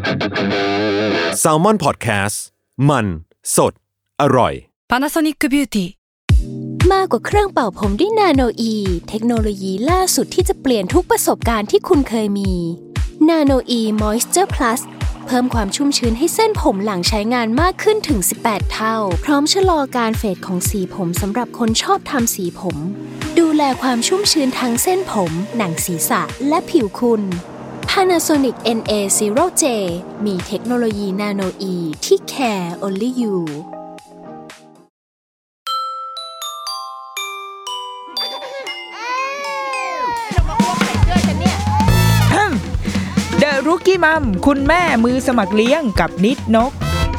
Salmon Podcast มันสดอร่อย Panasonic Beauty มากกว่าเครื่องเป่าผมด้วยนาโนอีเทคโนโลยีล่าสุดที่จะเปลี่ยนทุกประสบการณ์ที่คุณเคยมีนาโนอีมอยส์เจอร์พลัสเพิ่มความชุ่มชื้นให้เส้นผมหลังใช้งานมากขึ้นถึง18เท่าพร้อมชะลอการเฟดของสีผมสำหรับคนชอบทำสีผมดูแลความชุ่มชื้นทั้งเส้นผมหนังศีรษะและผิวคุณ Panasonic NA0J มีเทคโนโลยีนาโนอีที่ care only you The Rookie Mom คุณแม่มือสมัครเลี้ยงกับนิดนก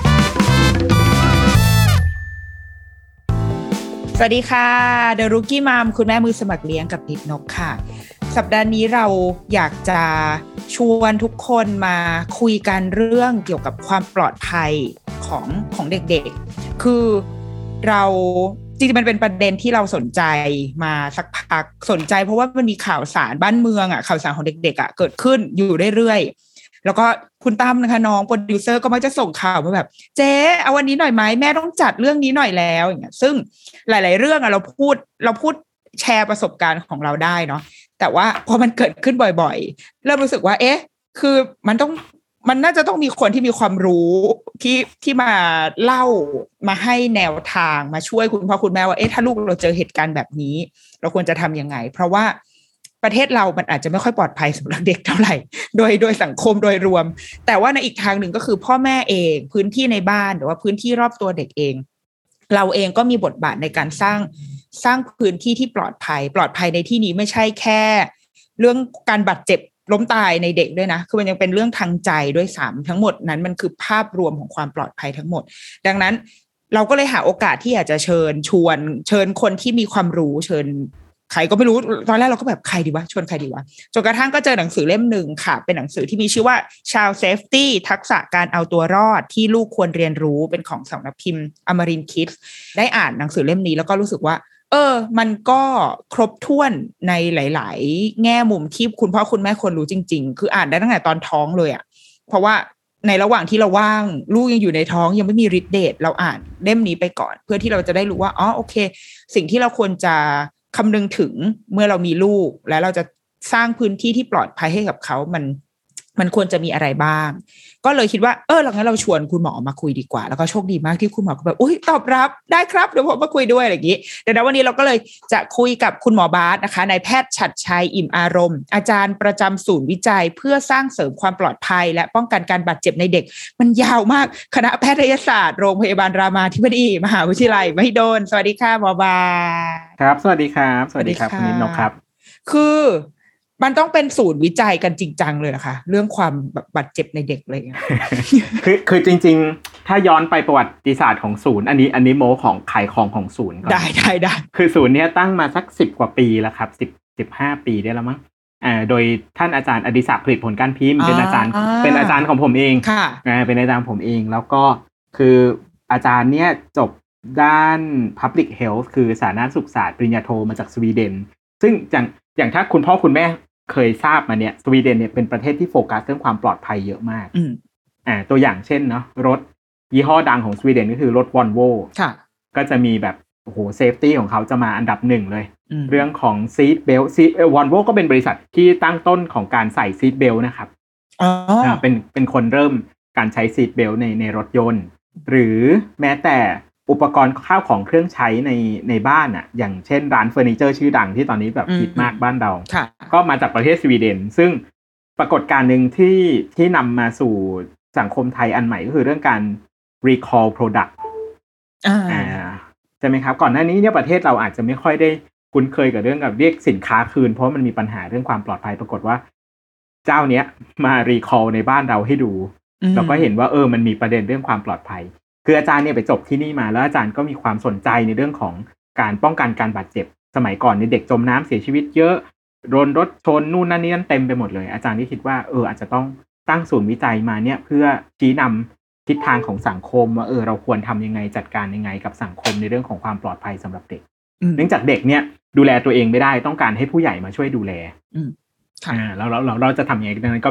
สวัสดีค่ะ The Rookie Mom คุณแม่มือสมัครเลี้ยงกับนิดนกค่ะสัปดาห์นี้เราอยากจะชวนทุกคนมาคุยกันเรื่องเกี่ยวกับความปลอดภัยของเด็กๆคือเราจริงๆมันเป็นประเด็นที่เราสนใจมาสักพักสนใจเพราะว่ามันมีข่าวสารบ้านเมืองข่าวสารของเด็กๆเกิดขึ้นอยู่เรื่อยๆแล้วก็คุณตั้มนะคะน้องโปรดิวเซอร์ก็มักจะส่งข่าวมาแบบเจ๊เอาวันนี้หน่อยไหมแม่ต้องจัดเรื่องนี้หน่อยแล้วอย่างเงี้ยซึ่งหลายๆเรื่องเราพูดแชร์ประสบการณ์ของเราได้เนาะแต่ว่าพอมันเกิดขึ้นบ่อยๆเริ่มรู้สึกว่าคือมันน่าจะต้องมีคนที่มีความรู้ที่มาเล่ามาให้แนวทางมาช่วยคุณพ่อคุณแม่ว่าถ้าลูกเราเจอเหตุการณ์แบบนี้เราควรจะทำยังไงเพราะว่าประเทศเรามันอาจจะไม่ค่อยปลอดภัยสำหรับเด็กเท่าไหร่โดยสังคมโดยรวมแต่ว่าในอีกทางหนึ่งก็คือพ่อแม่เองพื้นที่ในบ้านหรือว่าพื้นที่รอบตัวเด็กเองเราเองก็มีบทบาทในการสร้างพื้นที่ที่ปลอดภัยในที่นี้ไม่ใช่แค่เรื่องการบาดเจ็บล้มตายในเด็กด้วยนะคือมันยังเป็นเรื่องทางใจด้วยซ้ำทั้งหมดนั้นมันคือภาพรวมของความปลอดภัยทั้งหมดดังนั้นเราก็เลยหาโอกาสที่อยากจะเชิญคนที่มีความรู้เชิญใครก็ไม่รู้ตอนแรกเราก็แบบใครดีวะชวนใครดีวะจนกระทั่งก็เจอหนังสือเล่มหนึ่งค่ะเป็นหนังสือที่มีชื่อว่า Child Safety ทักษะการเอาตัวรอดที่ลูกควรเรียนรู้เป็นของสำนักพิมพ์ Amarin Kids ได้อ่านหนังสือเล่มนี้แล้วก็รู้สึกว่ามันก็ครบถ้วนในหลายๆแง่มุมที่คุณพ่อคุณแม่ควรรู้จริงๆคืออ่านได้ตั้งแต่ตอนท้องเลยเพราะว่าในระหว่างที่เราว่างลูกยังอยู่ในท้องยังไม่มีฤทธิ์เดชเราอ่านเล่มนี้ไปก่อนเพื่อที่เราจะได้รู้ว่าโอเคสิ่งที่เราควรจะคำนึงถึงเมื่อเรามีลูกและเราจะสร้างพื้นที่ที่ปลอดภัยให้กับเขามันควรจะมีอะไรบ้างก็เลยคิดว่างั้นเราชวนคุณหมอมาคุยดีกว่าแล้วก็โชคดีมากที่คุณหมอก็แบบตอบรับได้ครับเดี๋ยวผมมาคุยด้วยอะไรอย่างนี้แต่ในวันนี้เราก็เลยจะคุยกับคุณหมอบาสนะคะนายแพทย์ฉัตรชัยอิ่มอารมณ์อาจารย์ประจำศูนย์วิจัยเพื่อสร้างเสริมความปลอดภัยและป้องกันการบาดเจ็บในเด็กมันยาวมากคณะแพทยศาสตร์โรงพยาบาลรามาธิบดีมหาวิทยาลัยมหิดลสวัสดีค่ะหมอบาสครับสวัสดีครับสวัสดีครับคุณนิดนกครับคือมันต้องเป็นศูนย์วิจัยกันจริงจังเลยนะคะเรื่องความบาดเจ็บในเด็กเลยคือจริงๆถ้าย้อนไปประวัติศาสตร์ของศูนย์อันนี้โมของขายของศูนย์ก่อนได้คือศูนย์เนี้ยตั้งมาสัก10กว่าปีแล้วครับ15ปีได้แล้วมั้งโดยท่านอาจารย์อดิศักดิ์ผลิตผลการพิมพ์เป็นอาจารย์ของผมเองเป็นอาจารย์ผมเองแล้วก็คืออาจารย์เนี้ยจบด้าน Public Health คือสาธารณสุขศาสตร์ปริญญาโทมาจากสวีเดนซึ่งอย่างถ้าคุณพ่อคุณแม่เคยทราบมาเนี่ยสวีเดนเนี่ยเป็นประเทศที่โฟกัสเรื่องความปลอดภัยเยอะมากตัวอย่างเช่นเนาะรถยี่ห้อดังของสวีเดนก็คือรถ Volvo ก็จะมีแบบโอ้โหเซฟตี้ของเขาจะมาอันดับหนึ่งเลยเรื่องของซีทเบลต์Volvo ก็เป็นบริษัทที่ตั้งต้นของการใส่ซีทเบลต์นะครับเป็นคนเริ่มการใช้ซีทเบลต์ในรถยนต์หรือแม้แต่อุปกรณ์ข้าวของเครื่องใช้ในบ้านอย่างเช่นร้านเฟอร์นิเจอร์ชื่อดังที่ตอนนี้แบบฮิตมากบ้านเราก็มาจากประเทศสวีเดนซึ่งปรากฏการณ์หนึ่งที่นำมาสู่สังคมไทยอันใหม่ก็คือเรื่องการ recall product ใช่ไหมครับก่อนหน้านี้เนี่ยประเทศเราอาจจะไม่ค่อยได้คุ้นเคยกับเรื่องกับเรียกสินค้าคืนเพราะมันมีปัญหาเรื่องความปลอดภัยปรากฏว่าเจ้าเนี้ยมา recall ในบ้านเราให้ดูแล้วก็เห็นว่ามันมีประเด็นเรื่องความปลอดภัยคืออาจารย์เนี่ยไปจบที่นี่มาแล้วอาจารย์ก็มีความสนใจในเรื่องของการป้องกันการบาดเจ็บสมัยก่อนเนี่ยเด็กจมน้ำเสียชีวิตเยอะโดนรถชนนู่นนั่นนี่นั่นเต็มไปหมดเลยอาจารย์ที่คิดว่าอาจจะต้องตั้งศูนย์วิจัยมาเนี่ยเพื่อชี้นำทิศทางของสังคมว่าเราควรทำยังไงจัดการยังไงกับสังคมในเรื่องของความปลอดภัยสำหรับเด็กเนื่องจากเด็กเนี่ยดูแลตัวเองไม่ได้ต้องการให้ผู้ใหญ่มาช่วยดูแลแล้วเราจะทำยังไงดังนั้นก็เป็น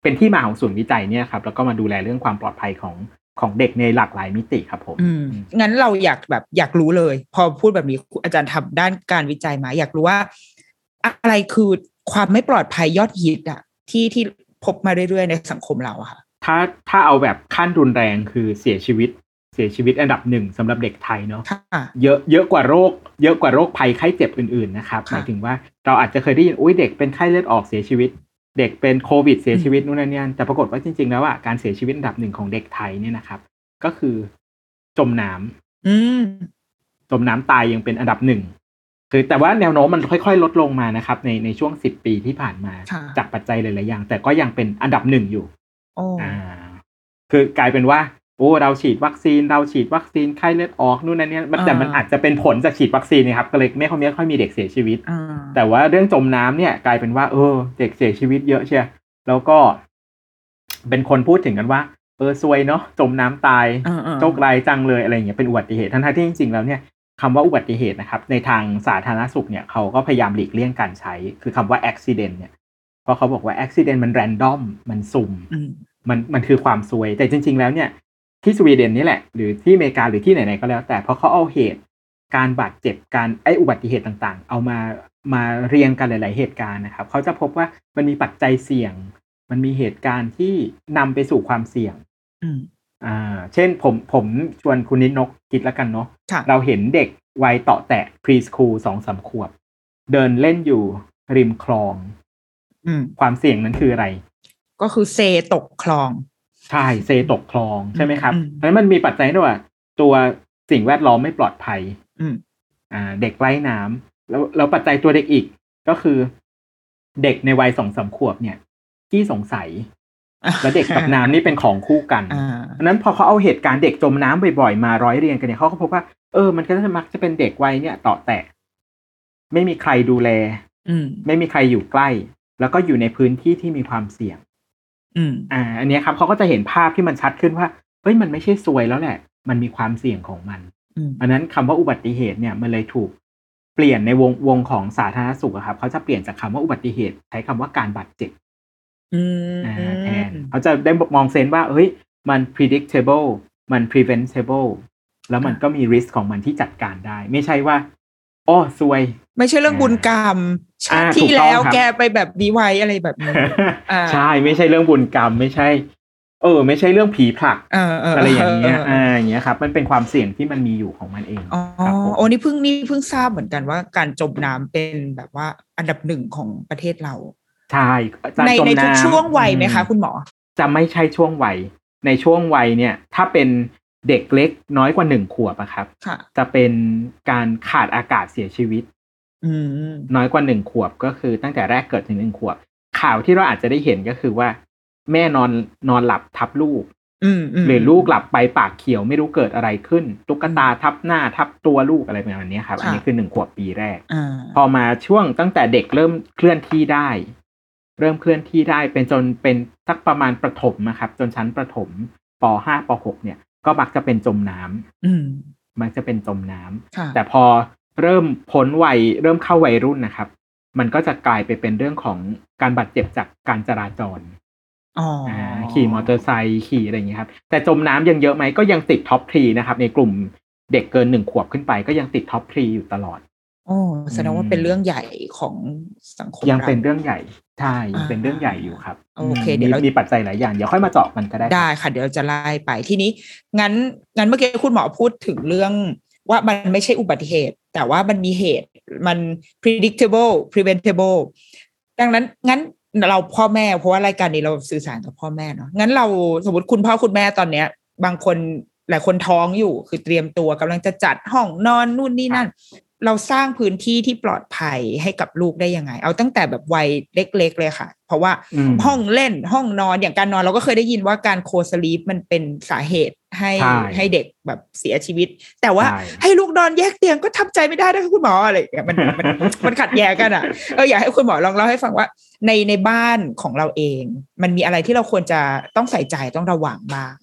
เป็นที่มาของศูนย์วิจัยเนี่ยครับแล้วก็มาดูแลเรื่องความปลอดภัยของเด็กในหลากหลายมิติครับผมงั้นเราอยากรู้เลยพอพูดแบบนี้อาจารย์ทำด้านการวิจัยมาอยากรู้ว่าอะไรคือความไม่ปลอดภัยยอดฮิตอ่ะที่พบมาเรื่อยๆในสังคมเราอะค่ะถ้าเอาแบบขั้นรุนแรงคือเสียชีวิตอันดับ1สำหรับเด็กไทยเนาะเยอะกว่าโรคภัยไข้เจ็บอื่นๆนะครับหมายถึงว่าเราอาจจะเคยได้ยินเด็กเป็นไข้เลือดออกเสียชีวิตเด็กเป็นโควิดเสียชีวิตนู่นนั่นนี่แต่ปรากฏว่าจริงๆแล้วอ่ะการเสียชีวิตอันดับ1ของเด็กไทยเนี่ยนะครับก็คือจมน้ำจมน้ำตายยังเป็นอันดับ1คือแต่ว่าแนวโน้มมันค่อยๆลดลงมานะครับในช่วง10 ปีที่ผ่านมาจากปัจจัยหลายๆอย่างแต่ก็ยังเป็นอันดับ1อยู่คือกลายเป็นว่าเราฉีดวัคซีนไข้เลือดออกนู่นนั่นนี่แต่มันอาจจะเป็นผลจากฉีดวัคซีนนะครับก็เลยไม่ค่อยมีเด็กเสียชีวิตแต่ว่าเรื่องจมน้ำเนี่ยกลายเป็นว่าเด็กเสียชีวิตเยอะเชียแล้วก็เป็นคนพูดถึงกันว่าซวยเนาะจมน้ำตายโชคร้ายจังเลยอะไรอย่างเงี้ยเป็นอุบัติเหตุทั้งที่จริงๆแล้วเนี่ยคำว่าอุบัติเหตุนะครับในทางสาธารณสุขเนี่ยเขาก็พยายามหลีกเลี่ยงการใช้คือคำว่า accident เนี่ยเพราะเขาบอกว่า accident มัน random มันสุ่มมันคือความซวยแต่จริงๆแล้วเนี่ยที่สวีเดนนี่แหละหรือที่อเมริกาหรือที่ไหนๆก็แล้วแต่เพราะเขาเอาเหตุการบาดเจ็บการอุบัติเหตุต่างๆเอามาเรียงกันหลายๆเหตุการณ์นะครับเขาจะพบว่ามันมีปัจจัยเสี่ยงมันมีเหตุการณ์ที่นำไปสู่ความเสี่ยงเช่นผมชวนคุณนิดนกคิดแล้วกันเนาะเราเห็นเด็กวัยเตาะแตะ preschool 2-3 ขวบเดินเล่นอยู่ริมคลองความเสี่ยงนั้นคืออะไรก็คือเซตกคลองใช่เซตกคลองใช่ไหมครับเพราะฉะนั้นมันมีปัจจัยด้วยว่าตัวสิ่งแวดล้อมไม่ปลอดภัยเด็กไร้น้ำแล้วปัจจัยตัวเด็กอีกก็คือเด็กในวัย 2-3 ขวบเนี่ยที่สงสัยแล้วเด็กกับน้ำนี่เป็นของคู่กันเพราะนั้นพอเขาเอาเหตุการณ์เด็กจมน้ำบ่อยๆมาร้อยเรียงกันเนี่ยเขาก็พบว่ามันก็จะมักจะเป็นเด็กวัยเนี่ยเตาะแตะไม่มีใครดูแลไม่มีใครอยู่ใกล้แล้วก็อยู่ในพื้นที่ที่มีความเสี่ยงอันนี้ครับเขาก็จะเห็นภาพที่มันชัดขึ้นว่ามันไม่ใช่ซวยแล้วแหละมันมีความเสี่ยงของมันอันนั้นคำว่าอุบัติเหตุเนี่ยมันเลยถูกเปลี่ยนในวงของสาธารณสุขครับเขาจะเปลี่ยนจากคำว่าอุบัติเหตุใช้คำว่าการบาดเจ็บแทนเขาจะได้มองเซนว่ามัน predictable มัน preventable แล้วมันก็มี risk ของมันที่จัดการได้ไม่ใช่ว่าซวยไม่ใช่เรื่องบุญกรรมชาติที่แล้วแกไปแบบนี้ไว้อะไรแบบนี้ใช่ไม่ใช่เรื่องบุญกรรมไม่ใช่ไม่ใช่เรื่องผีผลักอะไรอย่างเงี้ยอย่างเงี้ยครับมันเป็นความเสี่ยงที่มันมีอยู่ของมันเองครับนี่เพิ่งทราบเหมือนกันว่าการจมน้ำเป็นแบบว่าอันดับ1ของประเทศเราใช่ในทุกช่วงวัยไหมคะคุณหมอจะไม่ใช่ช่วงวัยในช่วงวัยเนี่ยถ้าเป็นเด็กเล็กน้อยกว่า1 ขวบอะครับจะเป็นการขาดอากาศเสียชีวิตน้อยกว่า1 ขวบก็คือตั้งแต่แรกเกิดถึง1 ขวบข่าวที่เราอาจจะได้เห็นก็คือว่าแม่นอนหลับทับลูกหรือลูกหลับไปปากเขียวไม่รู้เกิดอะไรขึ้นตุ๊กตาทับหน้าทับตัวลูกอะไรประมาณนี้ครับอันนี้คือ1 ขวบปีแรกพอมาช่วงตั้งแต่เด็กเริ่มเคลื่อนที่ได้เป็นสักประมาณประถมนะครับจนชั้นประถมป.5 ป.6 เนี่ยก็มักจะเป็นจมน้ำมักจะเป็นจมน้ำแต่พอเริ่มพ้นวัยเริ่มเข้าวัยรุ่นนะครับมันก็จะกลายไปเป็นเรื่องของการบาดเจ็บจากการจราจรขี่มอเตอร์ไซค์ขี่อะไรอย่างเงี้ยครับแต่จมน้ำยังเยอะไหมก็ยังติดท็อป 3นะครับในกลุ่มเด็กเกิน1 ขวบขึ้นไปก็ยังติดท็อป 3อยู่ตลอดแสดงว่าเป็นเรื่องใหญ่ของสังคมยังเป็นเรื่องใหญ่ใช่เป็นเรื่องใหญ่อยู่ครับโอเคเดี๋ยวมีปัจจัยหลายอย่างเดี๋ยวค่อยมาเจาะมันก็ได้ค่ะเดี๋ยวเราจะไล่ไปทีนี้งั้นเมื่อกี้คุณหมอพูดถึงเรื่องว่ามันไม่ใช่อุบัติเหตุแต่ว่ามันมีเหตุมัน predictable preventable ดังนั้นงั้นเราพ่อแม่เพราะว่ารายการนี้เราสื่อสารกับพ่อแม่เนาะงั้นเราสมมติคุณพ่อคุณแม่ตอนเนี้ยบางคนหลายคนท้องอยู่คือเตรียมตัวกำลังจะจัดห้องนอนนู่นนี่นั่นเราสร้างพื้นที่ที่ปลอดภัยให้กับลูกได้ยังไงเอาตั้งแต่แบบวัยเล็กๆเลยค่ะเพราะว่าห้องเล่นห้องนอนอย่างการนอนเราก็เคยได้ยินว่าการโคสลีปมันเป็นสาเหตุให้เด็กแบบเสียชีวิตแต่ว่าให้ลูกนอนแยกเตียงก็ทำใจไม่ได้นะคุณหมออะไรอย่างเงี้ยมันขัดแย้งกันอ่ะอยากให้คุณหมอลองเล่าให้ฟังว่าในบ้านของเราเองมันมีอะไรที่เราควรจะต้องใส่ใจต้องระวังบ้าง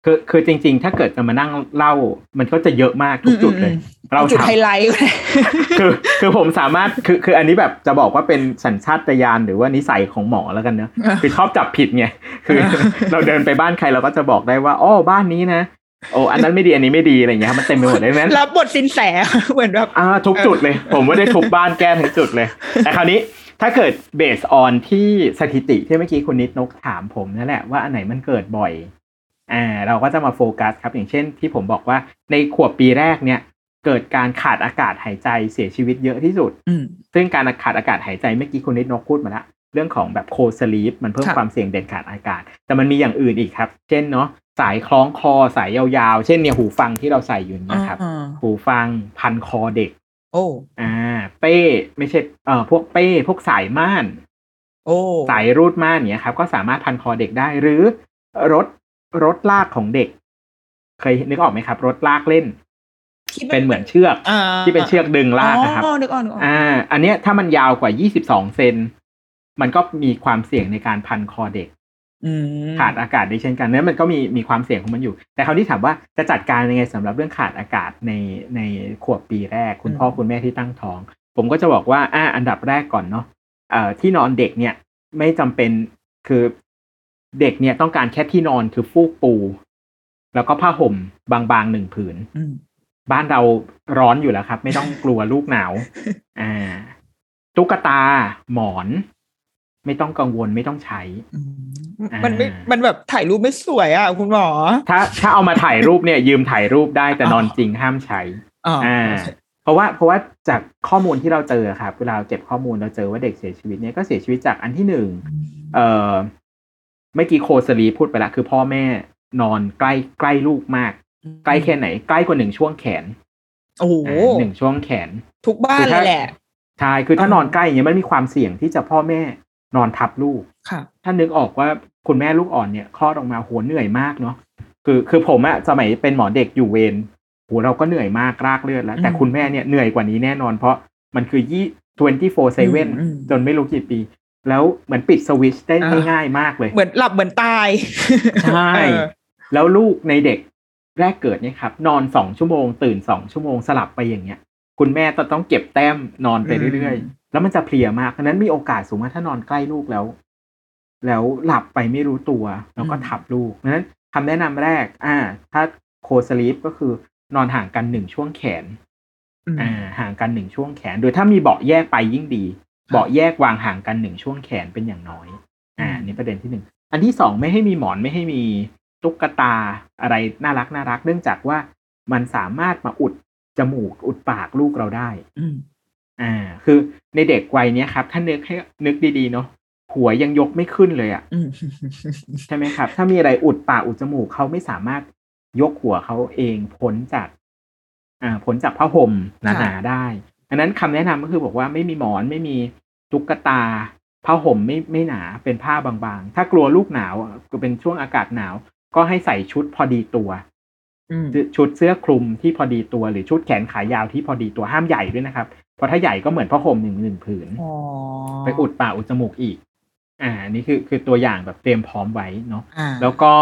คือจริงๆถ้าเกิดจะมานั่งเล่ามันก็จะเยอะมากทุกจุดเลยเราจุดไฮไลท์คือผมสามารถคืออันนี้แบบจะบอกว่าเป็นสัญชาตญาณหรือว่านิสัยของหมอแล้วกันเนอะคือชอบจับผิดไงคือเราเดินไปบ้านใครเราก็จะบอกได้ว่าอ๋อบ้านนี้นะโอ้อันนั้นไม่ดีอันนี้ไม่ดีอะไรอย่างเงี้ยมันเต็มไปหมดเลยนั้นรับบทสินแสเหมือนแบบทุกจุดเลยผมไม่ได้ทุบบ้านแก้ทั้งจุดเลยแต่คราวนี้ถ้าเกิดเบสออนที่สถิติที่เมื่อกี้คุณนิดนกถามผมนั่นแหละว่าอันไหนมันเกิดบ่อยเราก็จะมาโฟกัสครับอย่างเช่นที่ผมบอกว่าในขวบปีแรกเนี่ยเกิดการขาดอากาศหายใจเสียชีวิตเยอะที่สุดซึ่งการขาดอากาศหายใจเมื่อกี้คุณนิดนกพูดมาแล้วเรื่องของแบบโคสลีปมันเพิ่มความเสี่ยงเด่นขาดอากาศแต่มันมีอย่างอื่นอีกครับเช่นเนาะสายคล้องคอสายยาวๆเช่นเนี่ยหูฟังที่เราใส่อยู่นะครับหูฟังพันคอเด็กเป้ไม่ใช่พวกเป้พวกสายม่านสายรูดม่านเนี่ยครับก็สามารถพันคอเด็กได้หรือรถลากของเด็กเคยนึกออกไหมครับรถลากเล่นเป็นเหมือนเชือกที่เป็นเชือกดึงลากนะครับอันเนี้ยถ้ามันยาวกว่า22 เซนมันก็มีความเสี่ยงในการพันคอเด็กขาดอากาศได้เช่นกันเนี่ยมันก็มีความเสี่ยงของมันอยู่แต่คราวนี้ถามว่าจะจัดการยังไงสำหรับเรื่องขาดอากาศในขวบปีแรกคุณพ่อคุณแม่ที่ตั้งท้องผมก็จะบอกว่าอันดับแรกก่อนเนาะที่นอนเด็กเนี่ยไม่จำเป็นคือเด็กเนี่ยต้องการแค่ที่นอนคือฟูกปูแล้วก็ผ้าห่มบางๆ1 ผืนบ้านเราร้อนอยู่แล้วครับไม่ต้องกลัวลูกหนาวตุ๊กตาหมอนไม่ต้องกังวลไม่ต้องใช้มันแบบถ่ายรูปไม่สวยอ่ะคุณหมอถ้าเอามาถ่ายรูปเนี่ยยืมถ่ายรูปได้แต่นอนจริงห้ามใช้เพราะว่าจากข้อมูลที่เราเจอครับเวลาเก็บข้อมูลเราเจอว่าเด็กเสียชีวิตเนี่ยก็เสียชีวิตจากอันที่1เมื่อกี้โคสลีพูดไปละคือพ่อแม่นอนใกล้ลูกมากใกล้แค่ไหนใกล้กว่า1 ช่วงแขนโอ้โห 1 ช่วงแขนทุกบ้านเลยแหละใช่คือถ้านอนใกล้อย่างเงี้ยมันมีความเสี่ยงที่จะพ่อแม่นอนทับลูกถ้านึกออกว่าคุณแม่ลูกอ่อนเนี่ยคลอดออกมาโหเหนื่อยมากเนาะคือผมอะสมัยเป็นหมอเด็กอยู่เวรโหเราก็เหนื่อยมากรากเลือดแล้วแต่คุณแม่เนี่ยเหนื่อยกว่านี้แน่นอนเพราะมันคือ24/7จนไม่รู้กี่ปีแล้วเหมือนปิดสวิตช์ได้ง่ายมากเลยเหมือนหลับเหมือนตายใช่แล้วลูกในเด็กแรกเกิดเนี่ยครับนอน2 ชั่วโมงตื่น2 ชั่วโมงสลับไปอย่างเงี้ยคุณแม่ต้องเก็บแต้มนอนไปเรื่อยๆแล้วมันจะเพลียมากฉะนั้นมีโอกาสสูงว่าถ้านอนใกล้ลูกแล้วหลับไปไม่รู้ตัวแล้วก็ทับลูกฉะนั้นคำแนะนำแรกถ้าโคสลีปก็คือนอนห่างกัน1 ช่วงแขนห่างกัน1 ช่วงแขนโดยถ้ามีเบาะแยกไปยิ่งดีเบาะแยกวางห่างกัน1 ช่วงแขนเป็นอย่างน้อยนี่ประเด็นที่1อันที่2ไม่ให้มีหมอนไม่ให้มีตุ๊กตาอะไรน่ารักเนื่องจากว่ามันสามารถมาอุดจมูกอุดปากลูกเราได้คือในเด็กวัยนี้ครับถ้านึกดีๆเนาะหัวยังยกไม่ขึ้นเลยอ่ะใช่ไหมครับถ้ามีอะไรอุดปากอุดจมูกเขาไม่สามารถยกหัวเขาเองพ้นจากผ้าห่มหนาๆได้ดังนั้นคำแนะนำก็คือบอกว่าไม่มีหมอนไม่มีตุ๊กตาผ้าห่มไม่หนาเป็นผ้าบางๆถ้ากลัวลูกหนาวก็เป็นช่วงอากาศหนาวก็ให้ใส่ชุดพอดีตัวชุดเสื้อคลุมที่พอดีตัวหรือชุดแขนขายาวที่พอดีตัวห้ามใหญ่ด้วยนะครับเพราะถ้าใหญ่ก็เหมือนผ้าห่มหนึ่งผืนไปอุดปากอุดจมูกอีกนี่คือตัวอย่างแบบเตรียมพร้อมไว้เนาะแล้วก็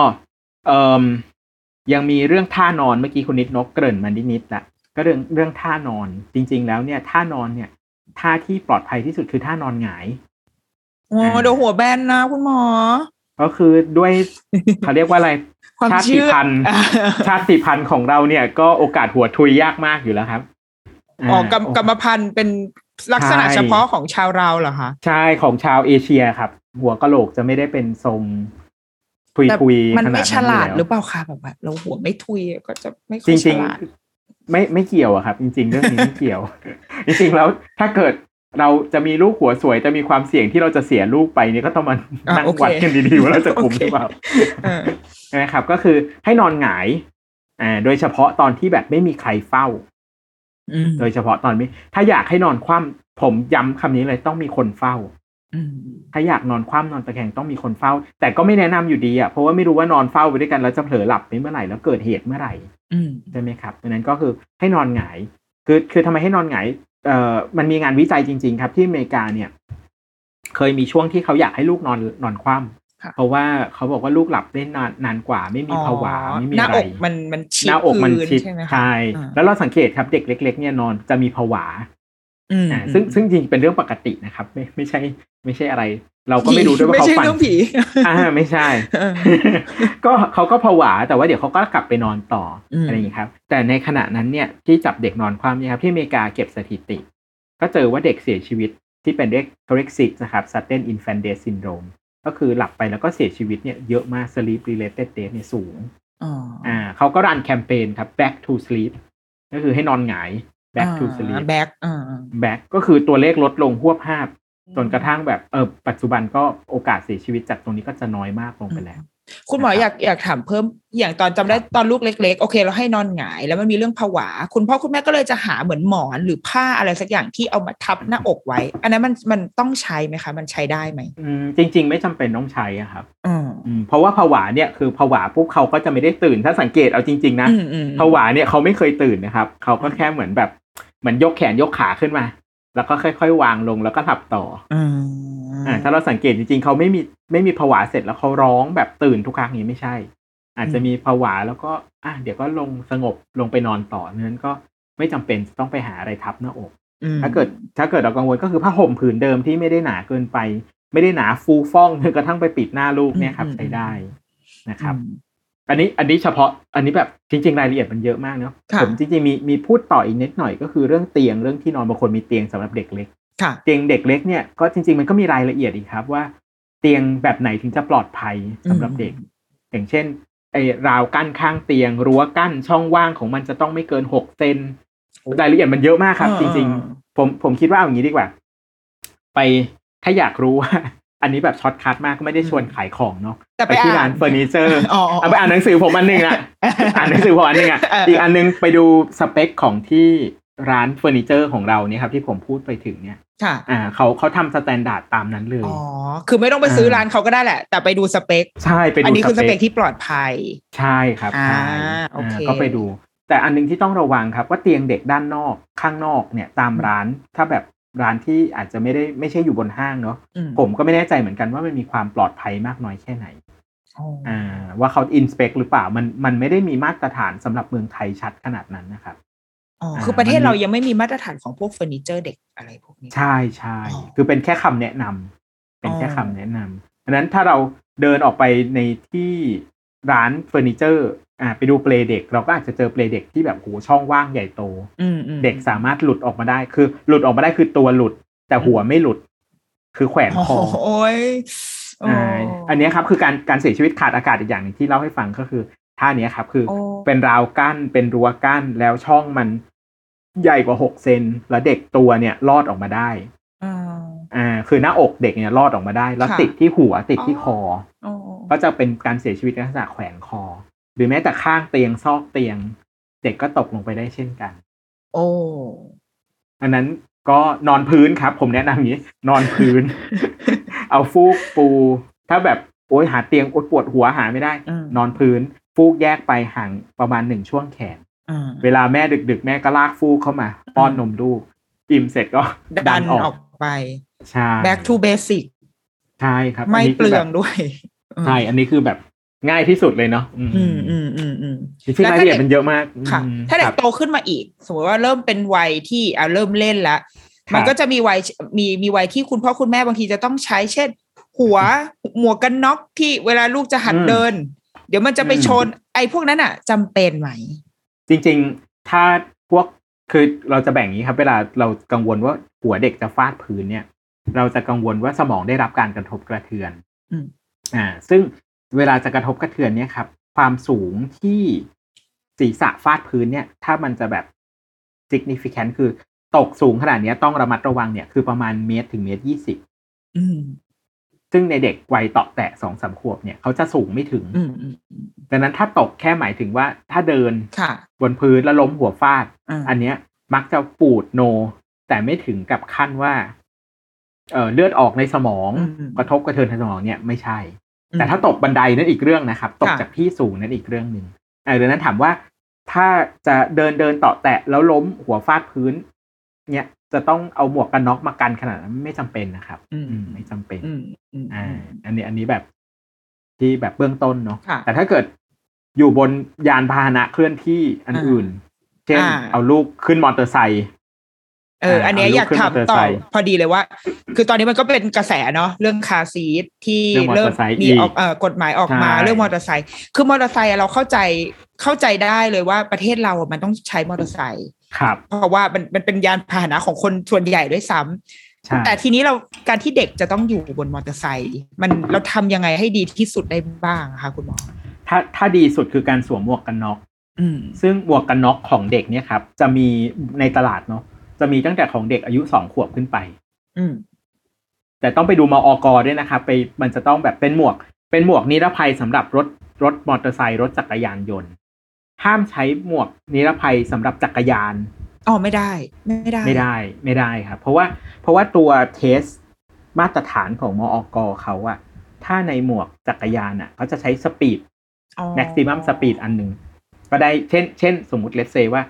ยังมีเรื่องท่านอนเมื่อกี้คุณนิดนกเกริ่นมานิดๆละก็เรื่องท่านอนจริงๆแล้วเนี่ยท่านอนเนี่ยท่าที่ปลอดภัยที่สุดคือท่านอนหงายเดี๋ยวหัวแบนนะคุณหมอก็คือด้วยเขาเรียกว่าอะไรชาติพันธุ์ของเราเนี่ยก็โอกาสหัวทุยยากมากอยู่แล้วครับกรรมพันธุ์เป็นลักษณะเฉพาะของชาวเราเหรอคะใช่ของชาวเอเชียครับหัวกะโหลกจะไม่ได้เป็นทรงทุยมันไม่ฉลาดหรือเปล่าคะแบบว่าเราหัวไม่ทุยก็จะไม่ค่อยฉลาดไม่เกี่ยวอะครับจริงๆเรื่องนี้ไม่เกี่ยวจริงๆแล้วถ้าเกิดเราจะมีลูกหัวสวยจะมีความเสี่ยงที่เราจะเสียลูกไปนี่ก็ต้องมานั่งวัดกันดีๆว่าเราจะคุมหรือเปล่านะครับก็คือให้นอนหงายโดยเฉพาะตอนที่แบบไม่มีใครเฝ้าโดยเฉพาะตอนนี้ถ้าอยากให้นอนคว่ำผมย้ำคำนี้เลยต้องมีคนเฝ้าถ้าอยากนอนคว่ำนอนตะแคงต้องมีคนเฝ้าแต่ก็ไม่แนะนำอยู่ดีอ่ะเพราะว่าไม่รู้ว่านอนเฝ้าไปด้วยกันแล้วจะเผลอหลับไปเมื่อไหร่แล้วเกิดเหตุเมื่อไหร่ใช่ไหมครับดังนั้นก็คือให้นอนหงายคือทำไมให้นอนหงายมันมีงานวิจัยจริงๆครับที่อเมริกาเนี่ยเคยมีช่วงที่เขาอยากให้ลูกนอนคว่เพราะว่าเขาบอกว่าลูกหลับได้นานกว่าไม่มีผวาไม่มีอะไรหน้าอกมันชิดหน้าอกมันชิดใช่ไหมคะใช่แล้วเราสังเกตครับเด็กเล็กๆเนี่ยนอนจะมีผวาซึ่งจริงเป็นเรื่องปกตินะครับไม่ใช่อะไรเราก็ไม่รู้ด้วยว่าเขาฝันไม่ใช่ ก็เขาก็ผวาแต่ว่าเดี๋ยวเขาก็กลับไปนอนต่ออะไรอย่างนี้ครับแต่ในขณะนั้นเนี่ยที่จับเด็กนอนคว่ำเนี่ยครับที่อเมริกาเก็บสถิติก็เจอว่าเด็กเสียชีวิตที่เป็นเรียก CREX6 นะครับ Sudden Infant Death Syndrome ก็คือหลับไปแล้วก็เสียชีวิตเนี่ยเยอะมาก Sleep Related Death เนี่ยสูงเขาก็รันแคมเปญครับ Back to Sleep ก็คือให้นอนหงาย Back to Sleep Back ก็คือตัวเลขลดลงหวบภาพจนกระทั่งแบบปัจจุบันก็โอกาสเสียชีวิตจากตรงนี้ก็จะน้อยมากลงไปแล้วคุณหมออยากถามเพิ่มอย่างตอนจำได้ตอนลูกเล็กๆโอเคเราให้นอนหงายแล้วมันมีเรื่องผวาคุณพ่อคุณแม่ก็เลยจะหาเหมือนหมอนหรือผ้าอะไรสักอย่างที่เอามาทับหน้าอกไว้อันนั้นมันต้องใช้ไหมคะมันใช้ได้ไหมจริงๆไม่จำเป็นต้องใช้อะครับเพราะว่าผวาเนี่ยคือผวาปุ๊บเขาก็จะไม่ได้ตื่นถ้าสังเกตเอาจริงๆนะผวาเนี่ยเขาไม่เคยตื่นนะครับเขาก็แค่เหมือนยกแขนยกขาขึ้นมาแล้วก็ค่อยๆวางลงแล้วก็หลับต่อถ้าเราสังเกตจริงๆเขาไม่มีผวาเสร็จแล้วเขาร้องแบบตื่นทุกครั้งนี้ไม่ใช่อาจจะมีผวาแล้วก็เดี๋ยวก็ลงสงบลงไปนอนต่อนั้นก็ไม่จำเป็นต้องไปหาอะไรทับหน้าอกถ้าเกิดเรากังวลก็คือผ้าห่มผืนเดิมที่ไม่ได้หนาเกินไปไม่ได้หนาฟูฟ่องจนกระทั่งไปปิดหน้าลูกเนี่ยครับใช้ได้นะครับอันนี้เฉพาะอันนี้แบบจริงๆรายละเอียดมันเยอะมากเนาะผมจริงๆมีพูดต่ออีกนิดหน่อยก็คือเรื่องเตียงเรื่องที่นอนบางคนมีเตียงสำหรับเด็กเล็กเตียงเด็กเล็กเนี่ยก็จริงๆมันก็มีรายละเอียดอีกครับว่าเตียงแบบไหนถึงจะปลอดภัยสำหรับเด็กอย่างเช่นไอ้ราวกั้นข้างเตียงรั้วกั้นช่องว่างของมันจะต้องไม่เกิน6 เซนรายละเอียดมันเยอะมากครับจริงๆผมคิดว่าอย่างนี้ดีกว่าไปถ้าอยากรู้ว่าอันนี้แบบช็อตคัทมากก็ไม่ได้ชวนขายของเนาะไปที่ร้านเฟอร์นิเจอร์ไปอ่านหนังสือผมอันนึงอ่านหนังสือผมอันนึงอีกอันนึงไปดูสเปคของที่ร้านเฟอร์นิเจอร์ของเราเนี่ยครับที่ผมพูดไปถึงเนี่ยเขาทำสแตนดาร์ดตามนั้นเลยคือไม่ต้องไปซื้อร้านเขาก็ได้แหละแต่ไปดูสเปคใช่ไปดูอันนี้คือสเปคที่ปลอดภัยใช่ครับใช่ก็ไปดูแต่อันนึงที่ต้องระวังครับว่าเตียงเด็กด้านนอกข้างนอกเนี่ยตามร้านถ้าแบบร้านที่อาจจะไม่ใช่อยู่บนห้างเนาะผมก็ไม่แน่ใจเหมือนกันว่ามันมีความปลอดภัยมากน้อยแค่ไหนว่าเขาอินสเปคหรือเปล่ามันไม่ได้มีมาตรฐานสำหรับเมืองไทยชัดขนาดนั้นนะครับคือประเทศเรายังไม่มีมาตรฐานของพวกเฟอร์นิเจอร์เด็กอะไรพวกนี้ใช่ใช่คือเป็นแค่คำแนะนำเป็นแค่คำแนะนำดังนั้นถ้าเราเดินออกไปในที่ร้านเฟอร์นิเจอร์ไปดูเปลเด็กเราก็อาจจะเจอเปลเด็กที่แบบโหช่องว่างใหญ่โตเด็กสามารถหลุดออกมาได้คือหลุดออกมาได้คือตัวหลุดแต่หัวไม่หลุดคือแขวนคออันนี้ครับคือการเสียชีวิตขาดอากาศอีกอย่างนึงที่เล่าให้ฟังก็คือท่านี้ครับคือเป็นราวกั้นเป็นรั้วกั้นแล้วช่องมันใหญ่กว่า6 เซนแล้วเด็กตัวเนี่ยรอดออกมาได้คือหน้าอกเด็กเนี่ยรอดออกมาได้แล้วติดที่หัวติดที่คอก็จะเป็นการเสียชีวิตในลักษณะแขวนคอหรือแม้แต่ข้างเตียงซอกเตียงเด็กก็ตกลงไปได้เช่นกันอันนั้นก็นอนพื้นครับผมแนะนำอย่างนี้นอนพื้น เอาฟูกปูถ้าแบบโอ๊ยหาเตียงปวดหัวหาไม่ได้นอนพื้นฟูกแยกไปห่างประมาณ1 ช่วงแขนเวลาแม่ดึกๆแม่ก็ลากฟูกเข้ามาป้อนนมลูกอิ่มเสร็จก็ดันออกไปใช่ back to basic ใช่ครับไม่เปลืองด้วยใช่อันนี้คือแบบง่ายที่สุดเลยเนาะที่รายละเอียดมันเยอะมากค่ะถ้าเด็กโตขึ้นมาอีกสมมติว่าเริ่มเป็นวัยที่เริ่มเล่นแล้วมันก็จะมีวัยมีวัยที่คุณพ่อคุณแม่บางทีจะต้องใช้เช่นหัวหมวกกันน็อกที่เวลาลูกจะหัดเดินเดี๋ยวมันจะไปชนไอ้พวกนั้นอ่ะจำเป็นไหมจริงๆถ้าพวกคือเราจะแบ่งนี้ครับเวลาเรากังวลว่าหัวเด็กจะฟาดพื้นเนี่ยเราจะกังวลว่าสมองได้รับการกระทบกระเทือนซึ่งเวลาจะกระทบกระเทือนเนี่ยครับความสูงที่ศีรษะฟาดพื้นเนี่ยถ้ามันจะแบบ significant คือตกสูงขนาดนี้ต้องระมัดระวังเนี่ยคือประมาณ1 ถึง 1.20 เมตรซึ่งในเด็กวัยเตาะแตะ 2-3 ขวบเนี่ยเขาจะสูงไม่ถึงดังนั้นถ้าตกแค่หมายถึงว่าถ้าเดินบนพื้นแล้วล้มหัวฟาดอันเนี้ยมักจะปูดโนแต่ไม่ถึงกับขั้นว่าเลือดออกในสมองกระทบกระเทือนในสมองเนี่ยไม่ใช่แต่ถ้าตกบันไดนั่นอีกเรื่องนะครับตกจากที่สูงนั่นอีกเรื่องนึงดังนั้นถามว่าถ้าจะเดินเตาะแตะแล้วล้มหัวฟาดพื้นเนี่ยจะต้องเอาหมวกกันน็อกมากันขนาดนั้นไม่จำเป็นนะครับไม่จำเป็นอันนี้แบบที่แบบเบื้องต้นเนาะค่ะแต่ถ้าเกิดอยู่บนยานพาหนะเคลื่อนที่อันอื่น เช่นเอาลูกขึ้นมอเตอร์ไซค์อันนี้อยากถามต่อพอดีเลยว่า คือตอนนี้มันก็เป็นกระแสเนาะเรื่องคาร์ซีทที่เริ่มมีกฎหมายออกมาเรื่องมอเตอร์ไซค์คือมอเตอร์ไซค์เราเข้าใจได้เลยว่าประเทศเรามันต้องใช้มอเตอร์ไซค์ครับเพราะว่ามันเป็นยานพาหนะของคนส่วนใหญ่ด้วยซ้ำแต่ทีนี้การที่เด็กจะต้องอยู่บนมอเตอร์ไซค์เราทำยังไงให้ดีที่สุดได้บ้างคะคุณหมอถ้าดีสุดคือการสวมหมวกกันน็อกซึ่งหมวกกันน็อกของเด็กเนี่ยครับจะมีในตลาดเนาะจะมีตั้งแต่ของเด็กอายุ2 ขวบขึ้นไปแต่ต้องไปดูมอก.ด้วยนะครับมันจะต้องแบบเป็นหมวกนิรภัยสำหรับรถมอเตอร์ไซค์รถจักรยานยนต์ห้ามใช้หมวกนิรภัยสำหรับจักรยานไม่ได้ครับเพราะว่าตัวเทสมาตรฐานของมอก.เขาอะถ้าในหมวกจักรยานอะเขาจะใช้สปีดแม็กซิมัมสปีดอันนึงก็ได้เช่นสมมุติเลทเซว่า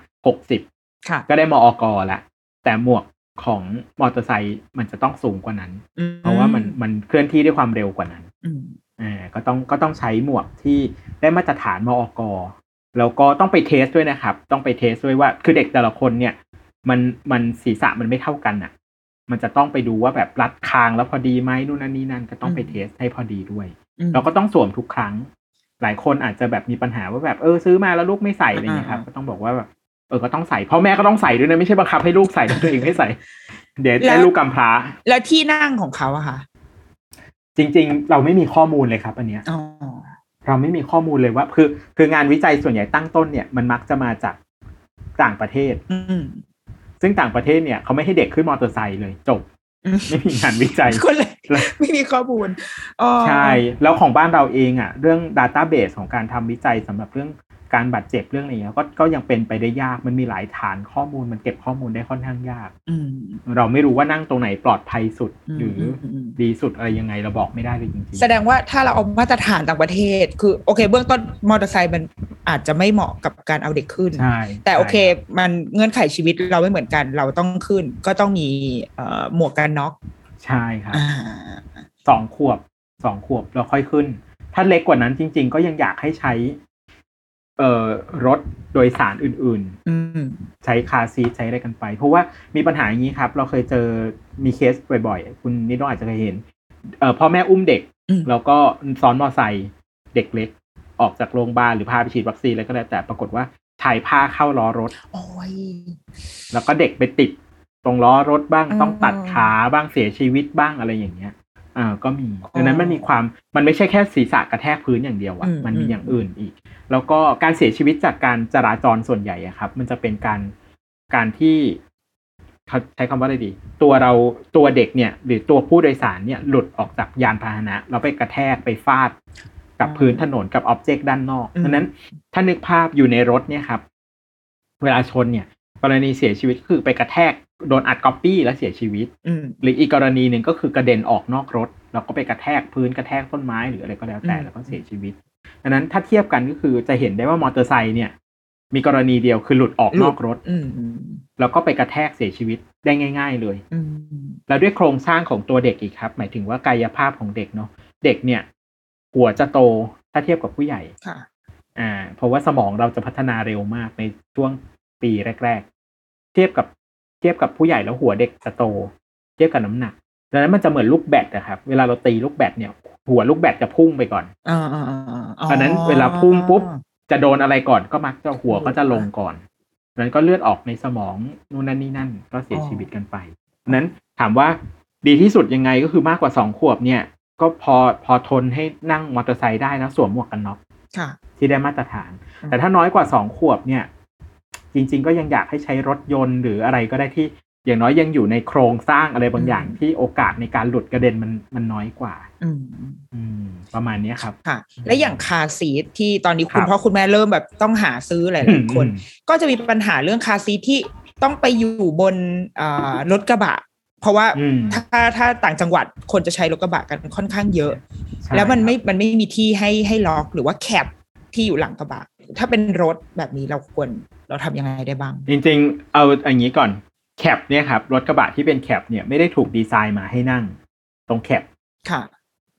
60ก็ได้มอก.ละแต่หมวกของมอเตอร์ไซค์มันจะต้องสูงกว่านั้นเพราะว่ามันเคลื่อนที่ด้วยความเร็วกว่านั้นก็ต้องใช้หมวกที่ได้มาตรฐานมอก.แล้วก็ต้องไปเทสด้วยนะครับต้องไปเทสด้วยว่าคือเด็กแต่ละคนเนี่ยมันศีรษะมันไม่เท่ากันอ่ะมันจะต้องไปดูว่าแบบรัดคางแล้วพอดีไหมนู่นนั่นนี่นั่นก็ต้องไปเทสให้พอดีด้วยเราก็ต้องสวมทุกครั้งหลายคนอาจจะแบบมีปัญหาว่าแบบซื้อมาแล้วลูกไม่ใส่อะไรเงี้ยครับก็ต้องบอกว่าแบบก็ต้องใส่พ่อแม่ก็ต้องใส่ด้วยนะไม่ใช่บังคับให้ลูกใส่แต่ตัวเองไม่ใส่เดี๋ยวได้ลูกกำพร้าแล้วที่นั่งของเขาอะค่ะจริงๆเราไม่มีข้อมูลเลยครับอันเนี้ยเราไม่มีข้อมูลเลยว่าคืองานวิจัยส่วนใหญ่ตั้งต้นเนี่ยมันมักจะมาจากต่างประเทศซึ่งต่างประเทศเนี่ยเขาไม่ให้เด็กขึ้นมอเตอร์ไซค์เลยจบไม่มีงานวิจัยก็เลยไม่มีข้อมูลใช่แล้วของบ้านเราเองอ่ะเรื่อง database ของการทำวิจัยสำหรับเรื่องการบาดเจ็บเรื่องอะไรเงี้ยก็ยังเป็นไปได้ยากมันมีหลายฐานข้อมูลมันเก็บข้อมูลได้ค่อนข้างยากเราไม่รู้ว่านั่งตรงไหนปลอดภัยสุดหรือดีสุดอะไรยังไงเราบอกไม่ได้เลยจริงๆแสดงว่าถ้าเราเอามาตรฐานต่างประเทศคือโอเคเบื้องต้นมอเตอร์ไซค์มันอาจจะไม่เหมาะกับการเอาเด็กขึ้นแต่โอเคมันเงื่อนไขชีวิตเราไม่เหมือนกันเราต้องขึ้นก็ต้องมีหมวกกันน็อกใช่ครับ2 ขวบเราค่อยขึ้นถ้าเล็กกว่านั้นจริงๆก็ยังอยากให้ใช้รถโดยสารอื่นๆใช้คาร์ซีทใช้อะไรกันไปเพราะว่ามีปัญหาอย่างนี้ครับเราเคยเจอมีเคสบ่อยๆคุณนิดน้องอาจจะเคยเห็นพ่อแม่อุ้มเด็กแล้วก็ซ้อนมอไซค์เด็กเล็กออกจากโรงพยาบาลหรือพาไปฉีดวัคซีนอะไรก็แล้วแต่ปรากฏว่าถ่ายผ้าเข้าล้อรถแล้วก็เด็กไปติดตรงล้อรถบ้างต้องตัดขาบ้างเสียชีวิตบ้างอะไรอย่างเงี้ยก็มีดังนั้นมันไม่ใช่แค่ศีรษะกระแทกพื้นอย่างเดียวมันมีอย่างอื่นอีกแล้วก็การเสียชีวิตจากการจราจรส่วนใหญ่อะครับมันจะเป็นการที่เขาใช้คำว่าอะไรดีตัวเด็กเนี่ยหรือตัวผู้โดยสารเนี่ยหลุดออกจากยานพาหนะแล้วไปกระแทกไปฟาดกับพื้นถนนกับอ็อบเจกต์ด้านนอกดังนั้นถ้านึกภาพอยู่ในรถเนี่ยครับเวลาชนเนี่ยกรณีเสียชีวิตคือไปกระแทกโดนอัดก๊อปปี้แล้วเสียชีวิตหรืออีกกรณีหนึ่งก็คือกระเด็นออกนอกรถแล้วก็ไปกระแทกพื้นกระแทกต้นไม้หรืออะไรก็แล้วแต่แล้วก็เสียชีวิตดังนั้นถ้าเทียบกันก็คือจะเห็นได้ว่ามอเตอร์ไซค์เนี่ยมีกรณีเดียวคือหลุดออกนอกรถแล้วก็ไปกระแทกเสียชีวิตได้ง่ายๆเลยแล้วด้วยโครงสร้างของตัวเด็กอีกครับหมายถึงว่ากายภาพของเด็กเนาะเด็กเนี่ยหัวจะโตถ้าเทียบกับผู้ใหญ่เพราะว่าสมองเราจะพัฒนาเร็วมากในช่วงปีแรกๆเทียบกับผู้ใหญ่แล้วหัวเด็กจะโตเทียบกับน้ำหนักดังนั้นมันจะเหมือนลูกแบดนะครับเวลาเราตีลูกแบดเนี่ยหัวลูกแบดจะพุ่งไปก่อนเพราะนั้นเวลาพุ่งปุ๊บจะโดนอะไรก่อนก็มักจะหัวก็จะลงก่อนนั้นก็เลือดออกในสมองนู่นนั่นนี่นั่นก็เสียชีวิตกันไปนั้นถามว่าดีที่สุดยังไงก็คือมากกว่า2 ขวบเนี่ยก็พอทนให้นั่งมอเตอร์ไซค์ได้นะสวมหมวกกันน็อกที่ได้มาตรฐานแต่ถ้าน้อยกว่า2 ขวบเนี่ยจริงๆก็ยังอยากให้ใช้รถยนต์หรืออะไรก็ได้ที่อย่างน้อยยังอยู่ในโครงสร้างอะไรบางอย่างที่โอกาสในการหลุดกระเด็นมันน้อยกว่าประมาณนี้ครับค่ะและอย่างคาร์ซีทที่ตอนนี้คุณพ่อคุณแม่เริ่มแบบต้องหาซื้อหลายๆคนก็จะมีปัญหาเรื่องคาร์ซีทที่ต้องไปอยู่บนรถกระบะเพราะว่าถ้าต่างจังหวัดคนจะใช้รถกระบะกันค่อนข้างเยอะแล้วมันไม่มีที่ให้ล็อกหรือว่าแคปที่อยู่หลังกระบะถ้าเป็นรถแบบนี้เราทำยังไงได้บ้างจริงๆเอาอย่างนี้ก่อนแคปเนี่ยครับรถกระบะที่เป็นแคปเนี่ยไม่ได้ถูกดีไซน์มาให้นั่งตรงแคป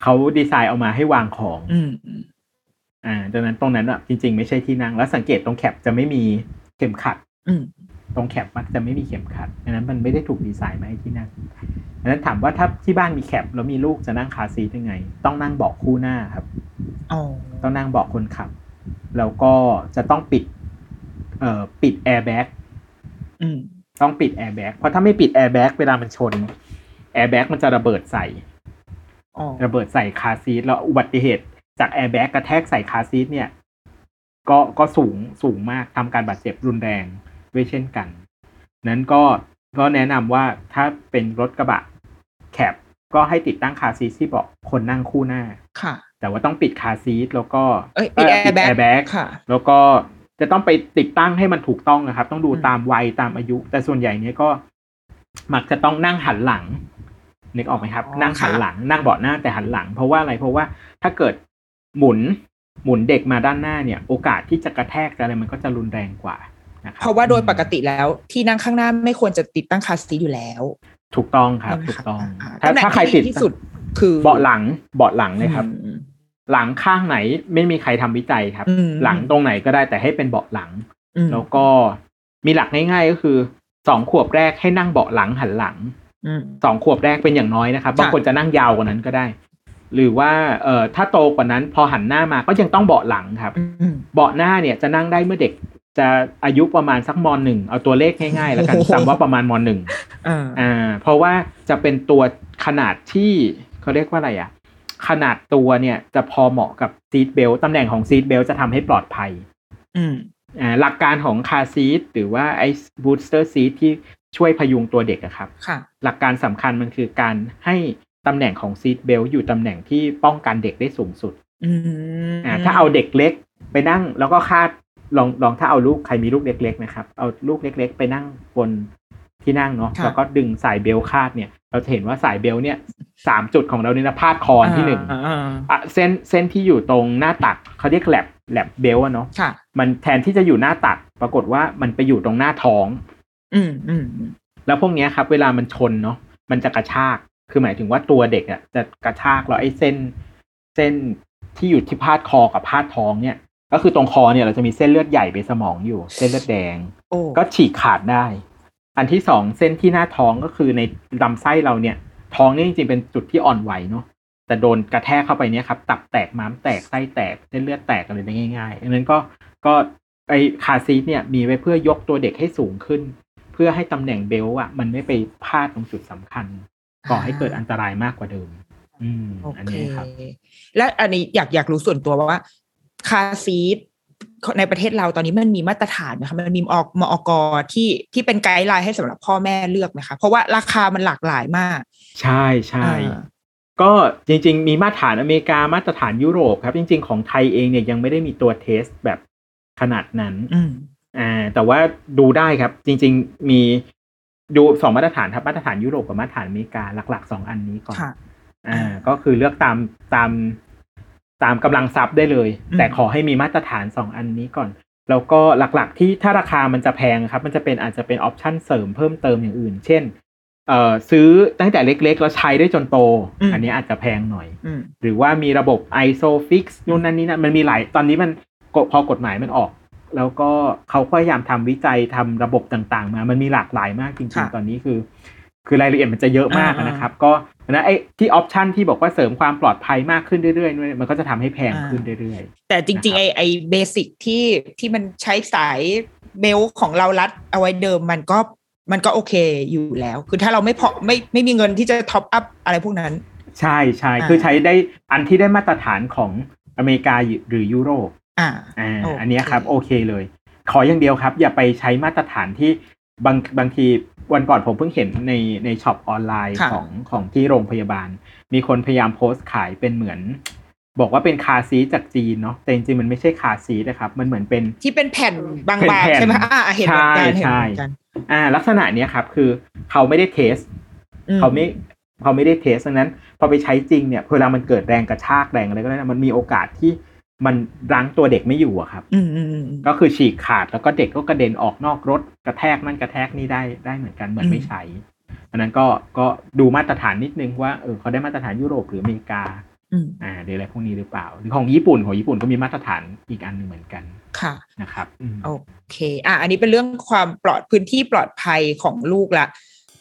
เขาดีไซน์เอามาให้วางของดังนั้นตรงนั้นอ่ะจริงๆไม่ใช่ที่นั่งแล้วสังเกตตรงแคปจะไม่มีเข็มขัดตรงแคปมักจะไม่มีเข็มขัดดังนั้นมันไม่ได้ถูกดีไซน์มาให้ที่นั่งดังนั้นถามว่าถ้าที่บ้านมีแคปแล้วมีลูกจะนั่งคาร์ซีทยังไงต้องนั่งเบาะคู่หน้าครับต้องนั่งเบาะคนขับแล้วก็จะต้องปิดแอร์แบ็กต้องปิดแอร์แบ็กเพราะถ้าไม่ปิดแอร์แบ็กเวลามันชนแอร์แบ็กมันจะระเบิดใส่คาร์ซีทแล้วอุบัติเหตุจากแอร์แบ็กกระแทกใส่คาร์ซีทเนี่ยก็สูงมากทำการบาดเจ็บรุนแรงด้วยเช่นกันนั้นก็แนะนำว่าถ้าเป็นรถกระบะแคปก็ให้ติดตั้งคาร์ซีทที่เบาะคนนั่งคู่หน้าค่ะแต่ว่าต้องปิดคาร์ซีทแล้วก็ปิดแอร์แบ็กค่ะแล้วก็จะต้องไปติดตั้งให้มันถูกต้องนะครับต้องดูตามวัยตามอายุแต่ส่วนใหญ่เนี้ยก็มักจะต้องนั่งหันหลังนึกออกไหมครับนั่งหันหลังนั่งเบาะหน้าแต่หันหลังเพราะว่าอะไรเพราะว่าถ้าเกิดหมุนเด็กมาด้านหน้าเนี่ยโอกาสที่จะกระแทกอะไรมันก็จะรุนแรงกว่านะครับเพราะว่าโดยปกติแล้วที่นั่งข้างหน้าไม่ควรจะติดตั้งคาร์ซีทอยู่แล้วถูกต้องครับถูกต้องถ้าใครติดที่สุดคือเบาะหลังเลยครับหลังข้างไหนไม่มีใครทำวิจัยครับหลังตรงไหนก็ได้แต่ให้เป็นเบาะหลังแล้วก็มีหลักง่ายๆก็คือ2 ขวบแรกให้นั่งเบาะหลังหันหลัง2 ขวบแรกเป็นอย่างน้อยนะครับบางคนจะนั่งยาวกว่านั้นก็ได้หรือว่าถ้าโตกว่านั้นพอหันหน้ามาก็ยังต้องเบาะหลังครับเบาะหน้าเนี่ยจะนั่งได้เมื่อเด็กจะอายุประมาณสักม.1 เอาตัวเลขง่ายๆแล้วกันจำว่าประมาณม.1 เพราะว่าจะเป็นตัวขนาดที่เขาเรียกว่าอะไรอ่ะขนาดตัวเนี่ยจะพอเหมาะกับซีทเบลต์ตำแหน่งของซีทเบลต์จะทำให้ปลอดภัยหลักการของคาร์ซีทหรือว่าไอ้บูสเตอร์ซีทที่ช่วยพยุงตัวเด็กอะครับหลักการสำคัญมันคือการให้ตำแหน่งของซีทเบลต์อยู่ตำแหน่งที่ป้องกันเด็กได้สูงสุดถ้าเอาเด็กเล็กไปนั่งแล้วก็คาดลองถ้าเอาลูกใครมีลูกเล็กๆนะครับเอาลูกเล็กๆไปนั่งบนที่นั่งเนาะแล้วก็ดึงสายเบลต์คาดเนี่ยเราจะเห็นว่าสายเบลต์เนี่ย3 จุดของเราเนี่ยนะพาดคอที่1เส้นที่อยู่ตรงหน้าตักเขาเรียกแลบเบลต์เนาะมันแทนที่จะอยู่หน้าตักปรากฏว่ามันไปอยู่ตรงหน้าท้องแล้วพวกนี้ครับเวลามันชนเนาะมันจะกระชากคือหมายถึงว่าตัวเด็กอ่ะจะกระชากแล้วไอ้เส้นที่อยู่ที่พาดคอกับพาดท้องเนี่ยก็คือตรงคอเนี่ยเราจะมีเส้นเลือดใหญ่ไปสมองอยู่เส้นเลือดแดงก็ฉีกขาดได้อันที่2เส้นที่หน้าท้องก็คือในลำไส้เราเนี่ยท้องนี่จริงๆเป็นจุดที่อ่อนไหวเนาะแต่โดนกระแทกเข้าไปเนี่ยครับตับแตกม้ามแตกไส้แตกเส้นเลือดแตกอะไรได้ง่ายๆดังนั้นก็ไอ้คาร์ซีทเนี่ยมีไว้เพื่อยกตัวเด็กให้สูงขึ้นเพื่อให้ตำแหน่งเบลต์อ่ะมันไม่ไปพาดตรงจุดสำคัญก่อให้เกิดอันตรายมากกว่าเดิมอันนี้ครับและอันนี้อยากรู้ส่วนตัวว่าคาร์ซีทในประเทศเราตอนนี้มันมีมาตรฐานไหมคะมันมีมอก.ที่เป็นไกด์ไลน์ให้สำหรับพ่อแม่เลือกไหมคะเพราะว่าราคามันหลากหลายมากใช่ใช่ก็จริงๆมีมาตรฐานอเมริกามาตรฐานยุโรปครับจริงๆของไทยเองเนี่ยยังไม่ได้มีตัวเทสแบบขนาดนั้นแต่ว่าดูได้ครับจริงๆมีดู2มาตรฐานครับมาตรฐานยุโรปกับมาตรฐานอเมริกาหลักๆ2อันนี้ก่อนก็คือเลือกตามกำลังทรัพย์ได้เลยแต่ขอให้มีมาตรฐาน2อันนี้ก่อนแล้วก็หลักๆที่ถ้าราคามันจะแพงครับมันจะเป็นอาจจะเป็นออปชั่นเสริมเพิ่มเติมอย่างอื่นเช่นซื้อตั้งแต่เล็กๆแล้วใช้ได้จนโตอันนี้อาจจะแพงหน่อยหรือว่ามีระบบ ISOFIX นู่นนั่นนี่นะมันมีหลายตอนนี้มันพอกฎหมายมันออกแล้วก็เขาพยายามทำวิจัยทำระบบต่างๆมามันมีหลากหลายมากจริงๆตอนนี้คือรายละเอียดมันจะเยอะมากนะครับก็นะไอ้ที่ออปชันที่บอกว่าเสริมความปลอดภัยมากขึ้นเรื่อยๆมันก็จะทำให้แพงขึ้นเรื่อยๆแต่จริงๆไอ้เบสิกที่มันใช้สายเบลของเรารัดเอาไว้เดิมมันก็โอเคอยู่แล้วคือถ้าเราไม่มีเงินที่จะท็อปอัพอะไรพวกนั้นใช่คือใช้ได้อันที่ได้มาตรฐานของอเมริกาหรือยุโรปอันนี้ครับโอเคเลยขออย่างเดียวครับอย่าไปใช้มาตรฐานที่บางทีวันก่อนผมเพิ่งเห็นในช็อปออนไลน์ของที่โรงพยาบาลมีคนพยายามโพสต์ขายเป็นเหมือนบอกว่าเป็นคาร์ซีทจากจีนเนาะแต่จริงๆมันไม่ใช่คาร์ซีทนะครับมันเหมือนเป็นที่เป็นแผ่นบางๆใช่ไหมเห็นเหมือนกันลักษณะนี้ครับคือเขาไม่ได้เทสเขาไม่ได้เทสดังนั้นพอไปใช้จริงเนี่ยเวลามันเกิดแรงกระชากแรงอะไรก็ได้มันมีโอกาสที่มันรั้งตัวเด็กไม่อยู่อะครับก็คือฉีกขาดแล้วก็เด็กก็กระเด็นออกนอกรถกระแทกนั่นกระแทกนี่ได้เหมือนกันเหมือนไม่ใช้อันนั้นก็ดูมาตรฐานนิดนึงว่าเขาได้มาตรฐานยุโรปหรืออเมริกาหรืออะไรพวกนี้หรือเปล่าหรือของญี่ปุ่นก็มีมาตรฐานอีกอันนึงเหมือนกันค่ะนะครับโอเคอันนี้เป็นเรื่องความพื้นที่ปลอดภัยของลูกละ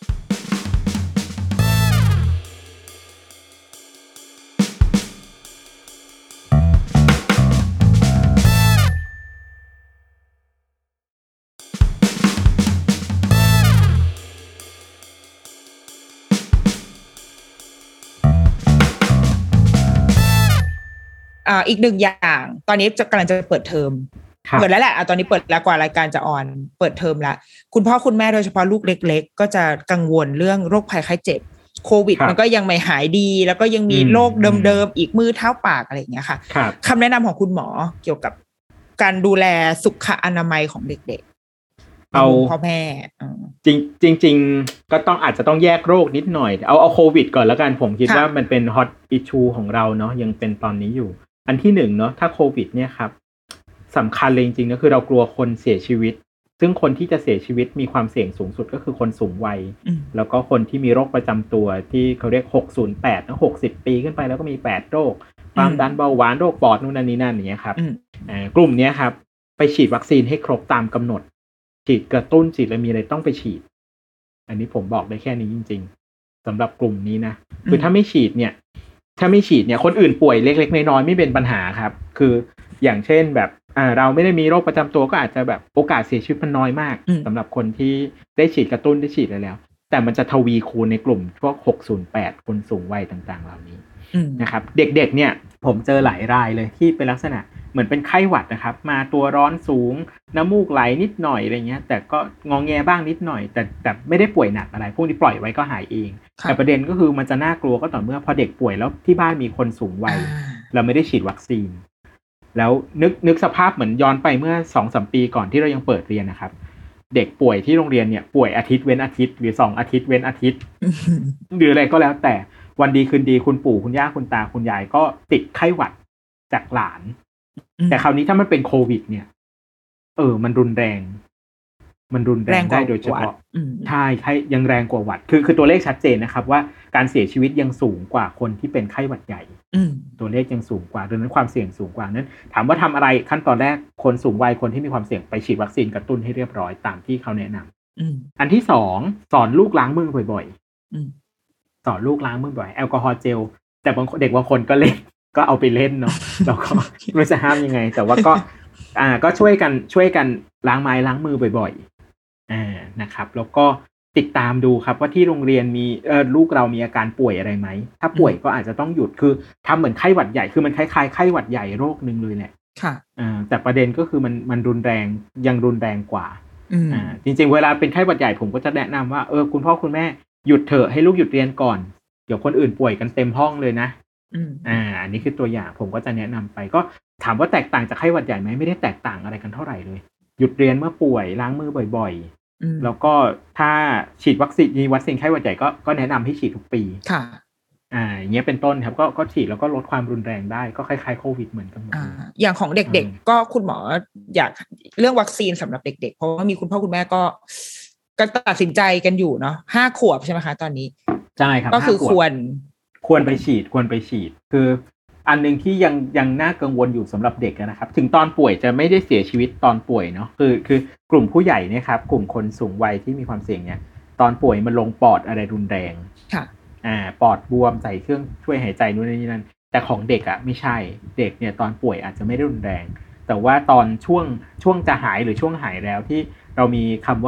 อีกหนึ่งอย่างตอนนี้กำลังจะเปิดเทอมเปิดแล้วแหละตอนนี้เปิดแล้วกว่ารายการจะออนเปิดเทอมแล้วคุณพ่อคุณแม่โดยเฉพาะลูกเล็กๆก็จะกังวลเรื่องโรคภัยไข้เจ็บโควิดมันก็ยังไม่หายดีแล้วก็ยังมีโรคเดิมๆอีกมือเท้าปากอะไรอย่างเงี้ยค่ะคำแนะนำของคุณหมอเกี่ยวกับการดูแลสุขอนามัยของเด็กๆเอาพ่อแม่จริงก็อาจจะต้องแยกโรคนิดหน่อยเอาโควิดก่อนแล้วกันผมคิดว่ามันเป็นฮอตอิชชูของเราเนาะยังเป็นตอนนี้อยู่อันที่1เนาะถ้าโควิดเนี่ยครับสำคัญเลยจริงๆก็คือเรากลัวคนเสียชีวิตซึ่งคนที่จะเสียชีวิตมีความเสี่ยงสูงสุดก็คือคนสูงวัยแล้วก็คนที่มีโรคประจำตัวที่เขาเรียก608นะ60ปีขึ้นไปแล้วก็มี8โรคความดันเบาหวานโรคปอดนู่นนั่นนี่นั่นอย่างเงี้ยครับกลุ่มนี้ครับไปฉีดวัคซีนให้ครบตามกำหนดฉีดกระตุ้นฉีดอะไรมีอะไรต้องไปฉีดอันนี้ผมบอกได้แค่นี้จริงๆสำหรับกลุ่มนี้นะคือถ้าไม่ฉีดเนี่ยคนอื่นป่วยเล็กๆน้อยๆไม่เป็นปัญหาครับคืออย่างเช่นแบบเราไม่ได้มีโรคประจำตัวก็อาจจะแบบโอกาสเสียชีวิตมันน้อยมากสำหรับคนที่ได้ฉีดกระตุ้นได้ฉีดอะไรแล้วแต่มันจะทวีคูณในกลุ่มพวก608คนสูงวัยต่างๆเหล่านี้นะครับเด็กๆเนี่ยผมเจอหลายรายเลยที่เป็นลักษณะเหมือนเป็นไข้หวัดนะครับมาตัวร้อนสูงน้ำมูกไหลนิดหน่อยอะไรเงี้ยแต่ก็งอแงบ้างนิดหน่อยแต่ไม่ได้ป่วยหนักอะไรพวกนี้ปล่อยไว้ก็หายเองแต่ประเด็นก็คือมันจะน่ากลัวก็ต่อเมื่อพอเด็กป่วยแล้วที่บ้านมีคนสูงวัยเราไม่ได้ฉีดวัคซีนแล้วนึกสภาพเหมือนย้อนไปเมื่อ 2-3 ปีก่อนที่เรายังเปิดเรียนนะครับเด็กป่วยที่โรงเรียนเนี่ยป่วยอาทิตย์เว้นอาทิตย์หรือ2อาทิตย์เว้นอาทิตย์หรืออะไรก็แล้วแต่วันดีคืนดีคุณปู่คุณย่าคุณตาคุณยายก็ติดไข้หวัดจากหลานแต่คราวนี้ถ้ามันเป็นโควิดเนี่ยมันรุนแรงได้โดยเฉพาะใช่ยังแรงกว่าหวัดคือตัวเลขชัดเจนนะครับว่าการเสียชีวิตยังสูงกว่าคนที่เป็นไข้หวัดใหญ่ตัวเลขยังสูงกว่าดังนั้นความเสี่ยงสูงกว่านั้นถามว่าทำอะไรขั้นตอนแรกคนสูงวัยคนที่มีความเสี่ยงไปฉีดวัคซีนกระตุ้นให้เรียบร้อยตามที่เขาแนะนำอันที่2สอนลูกล้างมือบ่อยๆสอนลูกล้างมือบ่อยแอลกอฮอล์เจลแต่เด็กบางคนก็เล่นก็เอาไปเล่นเนาะเราก็ไม่จะห้ามยังไงแต่ว่าก็ช่วยกันล้างไม้ล้างมือบ่อยๆนะครับแล้วก็ติดตามดูครับว่าที่โรงเรียนมีลูกเรามีอาการป่วยอะไรไหมถ้าป่วยก็อาจจะต้องหยุดคือทำเหมือนไข้หวัดใหญ่คือมันคล้ายๆไข้หวัดใหญ่โรคนึงเลยแหละค่ะแต่ประเด็นก็คือมันรุนแรงยังรุนแรงกว่าจริงๆเวลาเป็นไข้หวัดใหญ่ผมก็จะแนะนำว่าคุณพ่อคุณแม่หยุดเถอะให้ลูกหยุดเรียนก่อนเดี๋ยวคนอื่นป่วยกันเต็มห้องเลยนะอันนี้คือตัวอย่างผมก็จะแนะนำไปก็ถามว่าแตกต่างจากไข้หวัดใหญ่ไหมไม่ได้แตกต่างอะไรกันเท่าไหร่เลยหยุดเรียนเมื่อป่วยล้างมือบ่อยๆแล้วก็ถ้าฉีดวัคซีนไข้หวัดใหญ่ก็แนะนำให้ฉีดทุกปีค่ะอย่างเงี้ยเป็นต้นครับก็ฉีดแล้วก็ลดความรุนแรงได้ก็คล้ายๆโควิดเหมือนกันหมดอย่างของเด็กๆก็คุณหมออยากเรื่องวัคซีนสำหรับเด็กๆเพราะว่ามีคุณพ่อคุณแม่ก็ตัดสินใจกันอยู่เนาะ5 ขวบใช่ไหมคะตอนนี้ใช่ครับก็คือควรไปฉีดคืออันนึงที่ยังน่ากังวลอยู่สำหรับเด็กนะครับถึงตอนป่วยจะไม่ได้เสียชีวิตตอนป่วยเนาะคือกลุ่มผู้ใหญ่เนี่ยครับกลุ่มคนสูงวัยที่มีความเสี่ยงเนี่ยตอนป่วยมันลงปอดอะไรรุนแรงค่ะปอดบวมใส่เครื่องช่วยหายใจนู่นนี่นั่นแต่ของเด็กไม่ใช่เด็กเนี่ยตอนป่วยอาจจะไม่ได้รุนแรงแต่ว่าตอนช่วงจะหายหรือช่วงหายแล้วที่เรามีคำว่า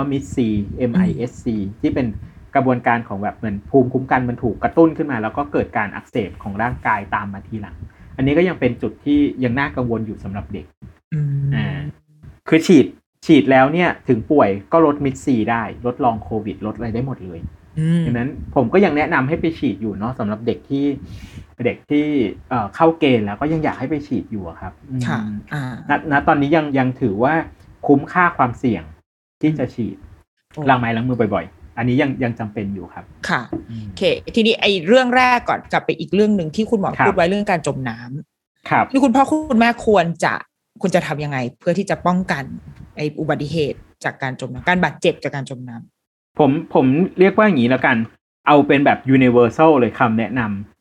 MISC ที่เป็นกระบวนการของแบบเหมือนภูมิคุ้มกันมันถูกกระตุ้นขึ้นมาแล้วก็เกิดการอักเสบของร่างกายตามมาทีหลังอันนี้ก็ยังเป็นจุดที่ยังน่ากังวลอยู่สำหรับเด็กคือฉีดแล้วเนี่ยถึงป่วยก็ลดมิดซีได้ลดลองโควิดลดอะไรได้หมดเลยดังนั้นผมก็ยังแนะนำให้ไปฉีดอยู่เนาะสำหรับเด็กที่เข้าเกณฑ์แล้วก็ยังอยากให้ไปฉีดอยู่ครับค่ะณตอนนี้ยังถือว่าคุ้มค่าความเสี่ยงที่จะฉีดล้างไม้ล้างมือบ่อยๆอันนี้ยังจำเป็นอยู่ครับค่ะโอเคทีนี้ไอ้เรื่องแรกก่อนกลับไปอีกเรื่องนึงที่คุณหมอพูดไว้เรื่องการจมน้ำครับที่คุณพ่อคุณแม่ควรจะทำยังไงเพื่อที่จะป้องกันไอ้อุบัติเหตุจากการจมน้ำการบาดเจ็บจากการจมน้ำผมเรียกว่าอย่างนี้แล้วกันเอาเป็นแบบ universal เลยคำแนะน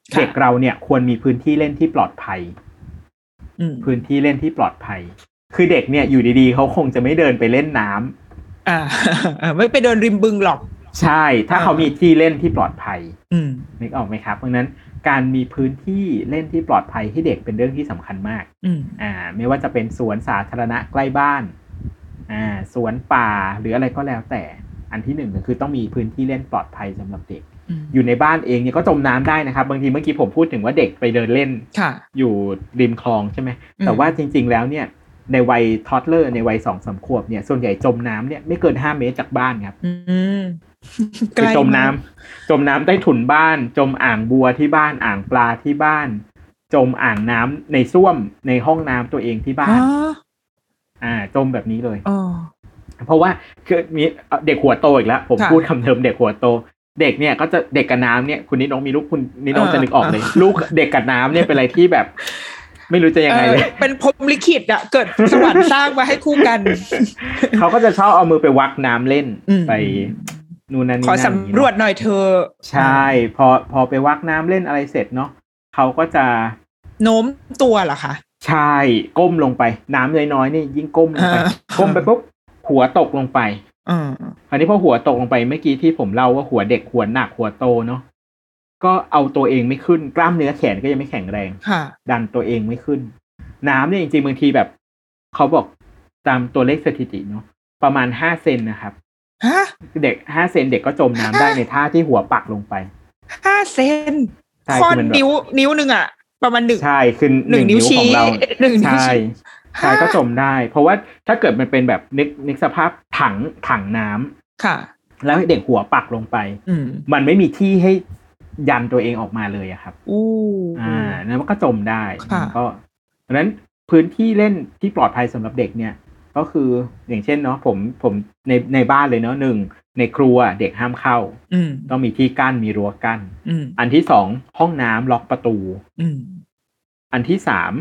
เด็กเราเนี่ยควรมีพื้นที่เล่นที่ปลอดภัยพื้นที่เล่นที่ปลอดภัยคือเด็กเนี่ยอยู่ดีๆเขาคงจะไม่เดินไปเล่นน้ำไม่ไปเดินริมบึงหรอกใช่ถ้าเขามีที่เล่นที่ปลอดภัยนึกออกไหมครับเพราะนั้นการมีพื้นที่เล่นที่ปลอดภัยให้เด็กเป็นเรื่องที่สำคัญมากไม่ว่าจะเป็นสวนสาธารณะใกล้บ้านสวนป่าหรืออะไรก็แล้วแต่อันที่หนึ่งก็คือต้องมีพื้นที่เล่นปลอดภัยสำหรับเด็กอยู่ในบ้านเองเนี่ยก็จมน้ำได้นะครับบางทีเมื่อกี้ผมพูดถึงว่าเด็กไปเดินเล่นอยู่ริมคลองใช่ไหมแต่ว่าจริงๆแล้วเนี่ยในวัยทอดเลอร์ในวัย 2-3 ขวบเนี่ยส่วนใหญ่จมน้ำเนี่ยไม่เกิน5 เมตรจากบ้านครับคือจมน้ำใต้ถุนบ้านจมอ่างบัวที่บ้านอ่างปลาที่บ้านจมอ่างน้ำในส้วมในห้องน้ำตัวเองที่บ้านจมแบบนี้เลยเพราะว่าคือมีเด็กหัวโตอีกแล้วผมพูดคำเดิมเด็กหัวโตเด็กเนี่ยก็จะเด็กกับน้ำเนี่ยคุณนิดน้องมีลูกคุณนิดน้องจะนึกออกเลยลูกเด็กกับน้ำเนี่ยเป็นอะไรที่แบบไม่รู้จะยังไงเลยเป็นพรหมลิขิตอะเกิดสวรรค์สร้างมาให้คู่กันเขาก็จะชอบเอามือไปวักน้ำเล่นไปนู่นนั่นนี่ขอสำรวจหน่อยเธอใช่พอไปวักน้ำเล่นอะไรเสร็จเนาะเขาก็จะโน้มตัวเหรอคะใช่ก้มลงไปน้ำน้อยๆนี่ยิ่งก้มลงไปก้มไปปุ๊บหัวตกลงไปคราวนี้พอหัวตกลงไปเมื่อกี้ที่ผมเล่าว่าหัวเด็กหัวหนักหัวโตเนาะก็เอาตัวเองไม่ขึ้นกล้ามเนื้อแขนก็ยังไม่แข็งแรงดันตัวเองไม่ขึ้นน้ำเนี่ยจริงๆบางทีแบบเขาบอกตามตัวเลขสถิติเนาะประมาณ5 เซนนะครับเด็ก5 เซนเด็กก็จมน้ำได้ในท่าที่หัวปักลงไป 5 เซนข้อนิ้วนึงอะประมาณ1 ใช่คือ1 นิ้วของเราใช่ก็จมได้เพราะว่าถ้าเกิดมันเป็นแบบนึกสภาพถังน้ำค่ะแล้วเด็กหัวปักลงไปมันไม่มีที่ให้ยันตัวเองออกมาเลยอะครับนั้นมันก็จมได้ก็เพราะฉะนั้นพื้นที่เล่นที่ปลอดภัยสำหรับเด็กเนี่ยก็คืออย่างเช่นเนาะผมในบ้านเลยเนาะ1ในครัวเด็กห้ามเข้าต้องมีที่กั้นมีรั้วกั้นอันที่2ห้องน้ำล็อกประตูอันที่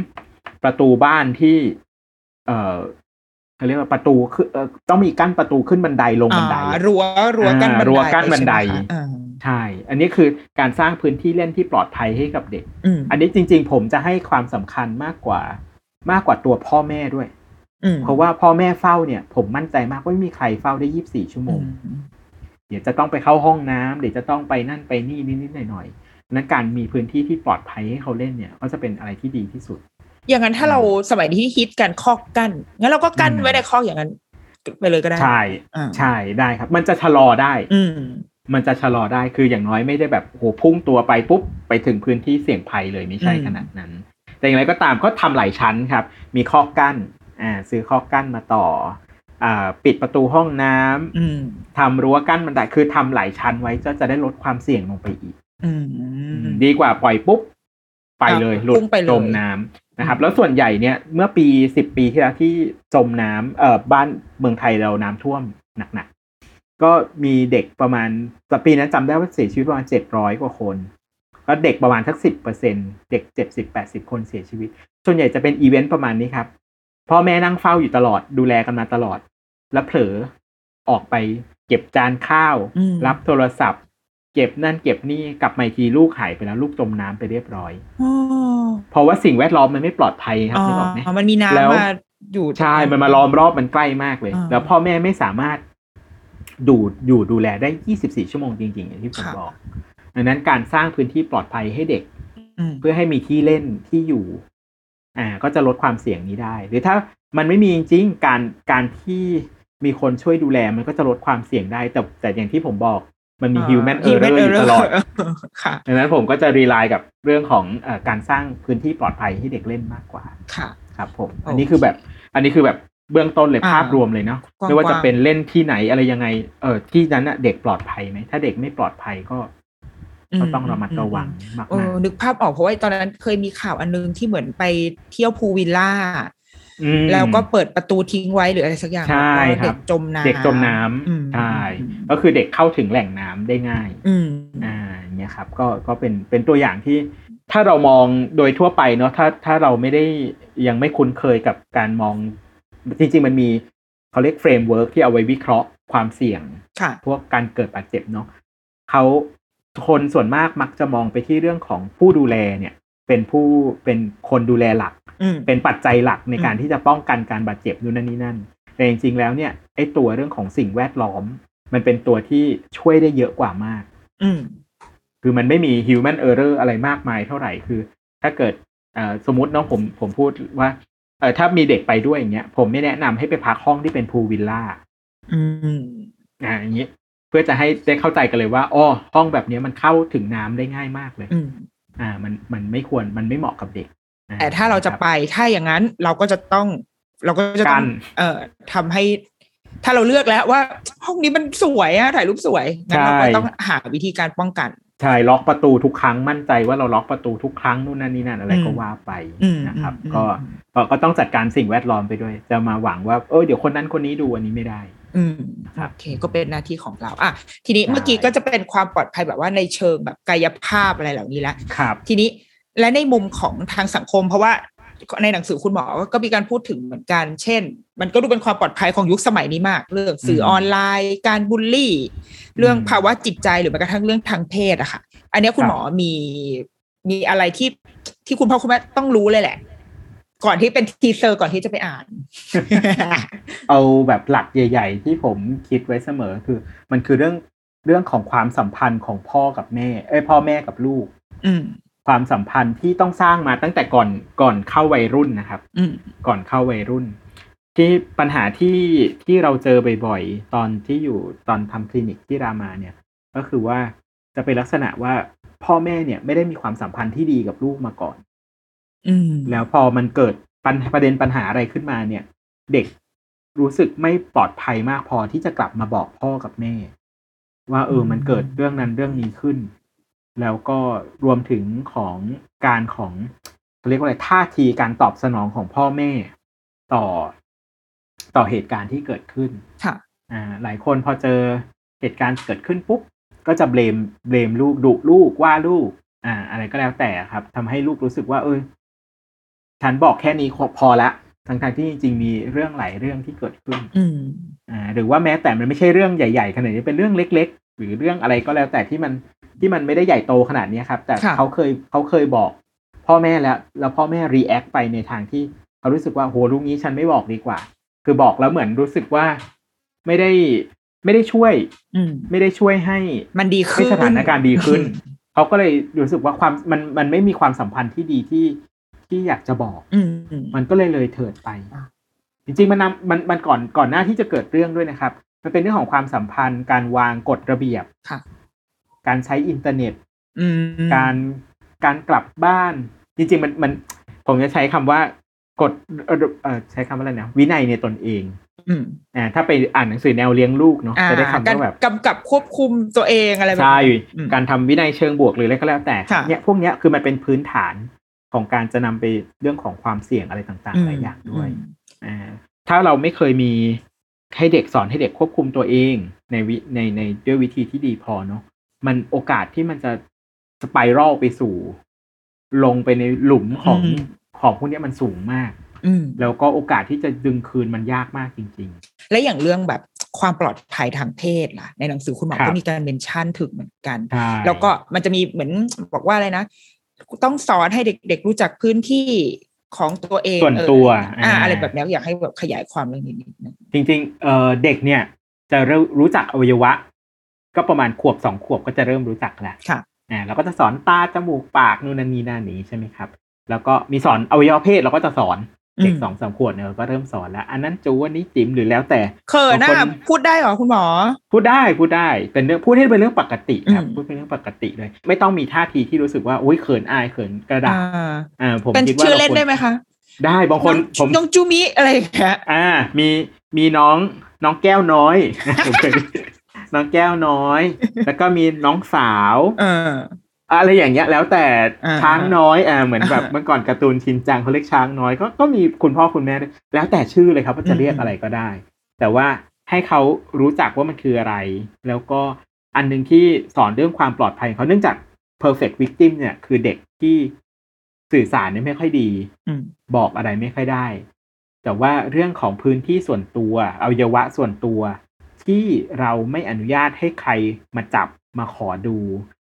3ประตูบ้านที่เขาเรียกว่าประตูคือต้องมีกั้นประตูขึ้นบันไดลงบันไดรั้วกั้นบันไดใช่อันนี้คือการสร้างพื้นที่เล่นที่ปลอดภัยให้กับเด็กอันนี้จริงๆผมจะให้ความสำคัญมากกว่าตัวพ่อแม่ด้วยเพราะว่าพ่อแม่เฝ้าเนี่ยผมมั่นใจมากว่าไม่มีใครเฝ้าได้24 ชั่วโมงเดี๋ยวจะต้องไปเข้าห้องน้ำเดี๋ยวจะต้องไปนั่นไปนี่นิดๆหน่อยๆนั้นการมีพื้นที่ที่ปลอดภัยให้เขาเล่นเนี่ยก็จะเป็นอะไรที่ดีที่สุดอย่างนั้นถ้าเราสมัยที่ฮิตกันคอกกั้นงั้นเราก็กั้นไว้ในคอกอย่างนั้นไปเลยก็ได้ใช่ได้ครับมันจะชะลอได้มันจะชะลอได้คืออย่างน้อยไม่ได้แบบโหพุ่งตัวไปปุ๊บไปถึงพื้นที่เสี่ยงภัยเลยไม่ใช่ขนาดนั้นแต่อย่างไรก็ตามก็ทำหลายชั้นครับมีคอกกั้นซื้อคอกกั้นมาต่อปิดประตูห้องน้ำทำรั้วกั้นบันไดคือทำหลายชั้นไว้จะได้ลดความเสี่ยงลงไปอีกดีกว่าปล่อยปุ๊บไปเลยหลุดจมน้ำนะครับแล้วส่วนใหญ่เนี่ยเมื่อปี10 ปีที่แล้วที่จมน้ำบ้านเมืองไทยเราน้ำท่วมหนักๆก็มีเด็กประมาณแต่ปีนั้นจำได้ว่าเสียชีวิตประมาณ700 กว่าคนก็เด็กประมาณสัก 10% เด็ก 70-80 คนเสียชีวิตส่วนใหญ่จะเป็นอีเวนต์ประมาณนี้ครับพ่อแม่นั่งเฝ้าอยู่ตลอดดูแลกันมาตลอดแล้วเผลอออกไปเก็บจานข้าวรับโทรศัพท์เก็บนั่นเก็บนี่กลับมาทีลูกหายไปแล้วลูกจมน้ำไปเรียบร้อยเพราะว่าสิ่งแวดล้อมมันไม่ปลอดภัยครับนึกออกไหมมันมีน้ำมาอยู่ใช่มันมาล้อมรอบมันใกล้มากเลยแล้วพ่อแม่ไม่สามารถดูแลได้24 ชั่วโมงจริงๆอย่างที่ผมบอกดังนั้นการสร้างพื้นที่ปลอดภัยให้เด็กเพื่อให้มีที่เล่นที่อยู่ก็จะลดความเสี่ยงนี้ได้หรือถ้ามันไม่มีจริงๆการที่มีคนช่วยดูแลมันก็จะลดความเสี่ยงได้แต่อย่างที่ผมบอกมันมี human error อยู่ตลอดดังนั้นผมก็จะรีไลน์กับเรื่องของการสร้างพื้นที่ปลอดภัยให้เด็กเล่นมากกว่าครับผมอันนี้คือแบบเบื้องต้นเลยภาพรวมเลยเนาะไม่ว่าจะเป็นเล่นที่ไหนอะไรยังไงที่นั้นเด็กปลอดภัยไหมถ้าเด็กไม่ปลอดภัยก็ต้องระมัดระวังมากๆนึกภาพออกเพราะว่าตอนนั้นเคยมีข่าวอันนึงที่เหมือนไปเที่ยวพูลวิลล่าแล้วก็เปิดประตูทิ้งไว้หรืออะไรสักอย่างใช่ครับเด็กจมน้ำใช่ก็คือเด็กเข้าถึงแหล่งน้ำได้ง่ายเนี่ยครับก็เป็นตัวอย่างที่ถ้าเรามองโดยทั่วไปเนาะถ้าเราไม่ได้ยังไม่คุ้นเคยกับการมองจริงๆมันมีเขาเรียกเฟรมเวิร์กที่เอาไว้วิเคราะห์ความเสี่ยงพวกการเกิดบาดเจ็บเนาะเขาคนส่วนมากมักจะมองไปที่เรื่องของผู้ดูแลเนี่ยเป็นคนดูแลหลักเป็นปัจจัยหลักในการที่จะป้องกันการบาดเจ็บนู่นนั่นนี่นั่นแต่จริงๆแล้วเนี่ยไอ้ตัวเรื่องของสิ่งแวดล้อมมันเป็นตัวที่ช่วยได้เยอะกว่ามากคือมันไม่มี human error อะไรมากมายเท่าไหร่คือถ้าเกิดสมมติเนาะผมพูดว่าถ้ามีเด็กไปด้วยอย่างเงี้ยผมไม่แนะนำให้ไปพักห้องที่เป็นพูลวิลล่าอย่างนี้เพื่อจะให้ได้เข้าใจกันเลยว่าอ๋อห้องแบบนี้มันเข้าถึงน้ำได้ง่ายมากเลยมันไม่ควรมันไม่เหมาะกับเด็กแต่ถ้าเราจะไปถ้าอย่างนั้นเราก็จะต้องทำให้ถ้าเราเลือกแล้วว่าห้องนี้มันสวยถ่ายรูปสวยงั้นเราก็ต้องหาวิธีการป้องกันใช่ล็อกประตูทุกครั้งมั่นใจว่าเราล็อกประตูทุกครั้งนู่นนั่นนี่นั่นอะไรก็ว่าไปนะครับก็ต้องจัดการสิ่งแวดล้อมไปด้วยจะมาหวังว่าเดี๋ยวคนนั้นคนนี้ดูอันนี้ไม่ได้โอเคก็เป็นหน้าที่ของเราทีนี้เมื่อกี้ก็จะเป็นความปลอดภัยแบบว่าในเชิงแบบกายภาพอะไรเหล่านี้แล้วทีนี้และในมุมของทางสังคมเพราะว่าในหนังสือคุณหมอก็มีการพูดถึงเหมือนกันเช่นมันก็ดูเป็นความปลอดภัยของยุคสมัยนี้มากเรื่องสื่อออนไลน์การบูลลี่เรื่องภาวะจิตใจหรือแม้กระทั่งเรื่องทางเพศอะค่ะอันนี้คุณหมอมีอะไรที่คุณพ่อคุณแม่ต้องรู้เลยแหละก่อนที่เป็นทีเซอร์ก่อนที่จะไปอ่านเอาแบบหลักใหญ่ๆที่ผมคิดไว้เสมอคือมันคือเรื่องของความสัมพันธ์ของพ่อกับแม่พ่อแม่กับลูกความสัมพันธ์ที่ต้องสร้างมาตั้งแต่ก่อนเข้าวัยรุ่นนะครับก่อนเข้าวัยรุ่นที่ปัญหาที่เราเจอบ่อยๆตอนทำคลินิกที่รามาเนี่ยก็คือว่าจะเป็นลักษณะว่าพ่อแม่เนี่ยไม่ได้มีความสัมพันธ์ที่ดีกับลูกมาก่อนแล้วพอมันเกิดประเด็นปัญหาอะไรขึ้นมาเนี่ยเด็กรู้สึกไม่ปลอดภัยมากพอที่จะกลับมาบอกพ่อกับแม่ว่ามันเกิดเรื่องนั้นเรื่องนี้ขึ้นแล้วก็รวมถึงของเรียกว่าอะไรท่าทีการตอบสนองของพ่อแม่ต่อเหตุการณ์ที่เกิดขึ้นหลายคนพอเจอเหตุการณ์เกิดขึ้นปุ๊บก็จะเบลมลูกดุลูกว่าลูกอะไรก็แล้วแต่ครับทำให้ลูกรู้สึกว่าฉันบอกแค่นี้พอละทั้งที่จริงๆมีเรื่องหลายเรื่องที่เกิดขึ้นหรือว่าแม้แต่มันไม่ใช่เรื่องใหญ่ๆขนาดนี้เป็นเรื่องเล็กๆหรือเรื่องอะไรก็แล้วแต่ที่มันไม่ได้ใหญ่โตขนาดนี้ครับแต่เขาเคยบอกพ่อแม่แล้วพ่อแม่รีแอคไปในทางที่เขารู้สึกว่าโหลูกนี้ฉันไม่บอกดีกว่าคือบอกแล้วเหมือนรู้สึกว่าไม่ได้ช่วยไม่ได้ช่วยให้มันดีขึ้นสถานการณ์ดีขึ้นเขาก็เลยรู้สึกว่ามันไม่มีความสัมพันธ์ที่ดีที่อยากจะบอกมันก็เลยเถิดไปจริงๆมันก่อนหน้าที่จะเกิดเรื่องด้วยนะครับมันเป็นเรื่องของความสัมพันธ์การวางกฎระเบียบการใช้อินเทอร์เน็ตการกลับบ้านจริงๆมันผมจะใช้คำว่ากฎใช้คำว่าอะไรนะวินัยในตนเองถ้าไปอ่านหนังสือแนวเลี้ยงลูกเนาะจะได้คำว่าแบบกำกับควบคุมตัวเองอะไรแบบใช่การทำวินัยเชิงบวกหรืออะไรก็แล้วแต่เนี่ยพวกเนี้ยคือมันเป็นพื้นฐานของการจะนำไปเรื่องของความเสี่ยงอะไรต่างๆหลายอย่างด้วยถ้าเราไม่เคยมีให้เด็กสอนให้เด็กควบคุมตัวเองในด้วยวิธีที่ดีพอเนาะมันโอกาสที่มันจะสไปรัลไปสู่ลงไปในหลุมของพวกนี้มันสูงมากแล้วก็โอกาสที่จะดึงคืนมันยากมากจริงๆและอย่างเรื่องแบบความปลอดภัยทางเพศล่ะในหนังสือคุณหมอก็มีการเมนชั่นถึงเหมือนกันแล้วก็มันจะมีเหมือนบอกว่าอะไรนะต้องสอนให้เด็กๆรู้จักพื้นที่ของตัวเองส่วนตัวอะไรแบบนี้อยากให้แบบขยายความเรื่องนี้นิดนึงจริงๆเด็กเนี่ยจะรู้จักอวัยวะก็ประมาณขวบ2 ขวบก็จะเริ่มรู้จักแล้วเราก็จะสอนตาจมูกปากนู่นนั่นนี่นั่นนี้ใช่ไหมครับแล้วก็มีสอนอวัยวะเพศเราก็จะสอนเด็ก 2-3 ขวบเนี่ยก็เริ่มสอนแล้วอันนั้นจูอันนี้จิ๋มหรือแล้วแต่เขินนะพูดได้หรอคุณหมอพูดได้เป็นเรื่องพูดให้เป็นเรื่องปกติครับพูดเป็นเรื่องปกติเลยไม่ต้องมีท่าทีที่รู้สึกว่าโอ๊ยเขินอายเขินกระดาษผมคิดว่าเป็นชื่อเล่นได้ไหมคะได้บางคนผมน้องจูมิอะไรอย่างเงี้ยมีน้องแก้วน้อยน้องแก้วน้อยแล้วก็มีน้องสาวอะไรอย่างเงี้ยแล้วแต่ช้างน้อยเหมือนแบบเมื่อก่อนการ์ตูนชินจังเขาเรียกช้างน้อยก็มีคุณพ่อคุณแม่แล้วแต่ชื่อเลยครับว่าจะเรียกอะไรก็ได้แต่ว่าให้เขารู้จักว่ามันคืออะไรแล้วก็อันนึงที่สอนเรื่องความปลอดภัยเขาเนื่องจาก perfect victim เนี่ยคือเด็กที่สื่อสารเนี่ยไม่ค่อยดีบอกอะไรไม่ค่อยได้แต่ว่าเรื่องของพื้นที่ส่วนตัวอวัยวะส่วนตัวที่เราไม่อนุญาตให้ใครมาจับมาขอดู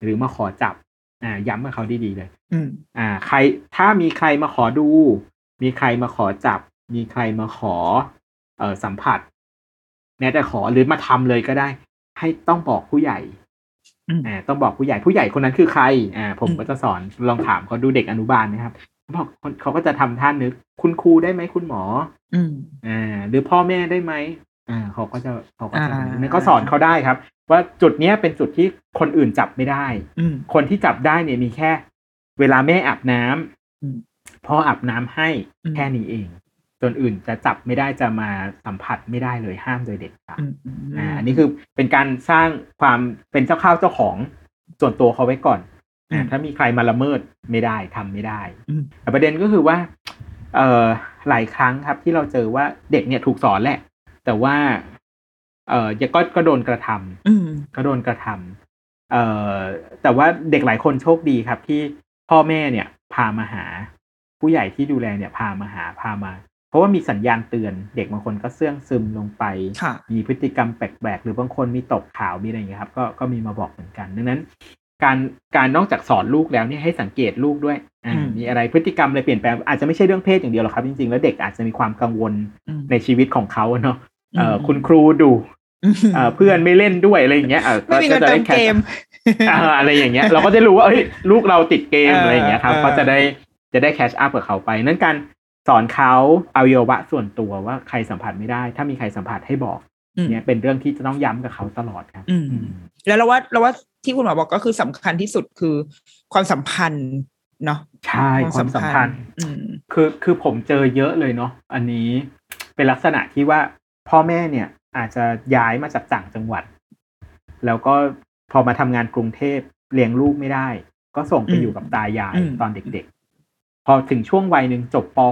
หรือมาขอจับย้ำกับเขาดีๆเลยใครถ้ามีใครมาขอดูมีใครมาขอจับมีใครมาขอสัมผัสแม้แต่ขอหรือมาทำเลยก็ได้ให้ต้องบอกผู้ใหญ่ต้องบอกผู้ใหญ่คนนั้นคือใครผมก็จะสอนลองถามเขาดูเด็กอนุบาลนะครับบอกเขาก็จะทำท่านึกคุณครูได้ไหมคุณหมอหรือพ่อแม่ได้ไหมเขาก็จะนั่นก็สอนเขาได้ครับว่าจุดเนี้ยเป็นจุดที่คนอื่นจับไม่ได้คนที่จับได้เนี่ยมีแค่เวลาแม่อาบน้ำพ่ออาบน้ำให้แค่นี้เองส่วนอื่นจะจับไม่ได้จะมาสัมผัสไม่ได้เลยห้ามโดยเด็ดขาดอันนี้คือเป็นการสร้างความเป็นเจ้าข้าวเจ้าของส่วนตัวเขาไว้ก่อนถ้ามีใครมาละเมิดไม่ได้ทำไม่ได้แต่ประเด็นก็คือว่าหลายครั้งครับที่เราเจอว่าเด็กเนี่ยถูกสอนแหละแต่ว่าก็โดนกระทำก็โดนกระทำแต่ว่าเด็กหลายคนโชคดีครับที่พ่อแม่เนี่ยพามาหาผู้ใหญ่ที่ดูแลเนี่ยพามาเพราะว่ามีสัญญาณเตือนเด็กบางคนก็เสื่องซึมลงไปมีพฤติกรรมแปลกๆหรือบางคนมีตกขาวมีอะไรอย่างเงี้ยครับก็มีมาบอกเหมือนกันดังนั้นการนอกจากสอนลูกแล้วเนี่ยให้สังเกตลูกด้วยมีอะไรพฤติกรรมอะไรเปลี่ยนแปลงอาจจะไม่ใช่เรื่องเพศอย่างเดียวหรอกครับจริงๆแล้วเด็กอาจจะมีความกังวลในชีวิตของเขาเนาะคุณครูดุเพื่อนไม่เล่นด้วยอะไรอย่างเงี้ยก็จะได้แคสอะไรอย่างเงี้ยเราก็จะรู้ว่าลูกเราติดเกมอะไรอย่างเงี้ยครับก็จะได้แคชอัพกับเขาไปนั้นการสอนเขาอวัยวะส่วนตัวว่าใครสัมผัสไม่ได้ถ้ามีใครสัมผัสให้บอกเนี่ยเป็นเรื่องที่จะต้องย้ำกับเขาตลอดครับแล้วเราว่าที่คุณหมอบอกก็คือสำคัญที่สุดคือความสัมพันธ์เนาะใช่ความสัมพันธ์คือผมเจอเยอะเลยเนาะอันนี้เป็นลักษณะที่ว่าพ่อแม่เนี่ยอาจจะย้ายมาจากต่างจังหวัดแล้วก็พอมาทำงานกรุงเทพเลี้ยงลูกไม่ได้ก็ส่งไปอยู่กับตายายตอนเด็กๆพอถึงช่วงวัยหนึ่งจบป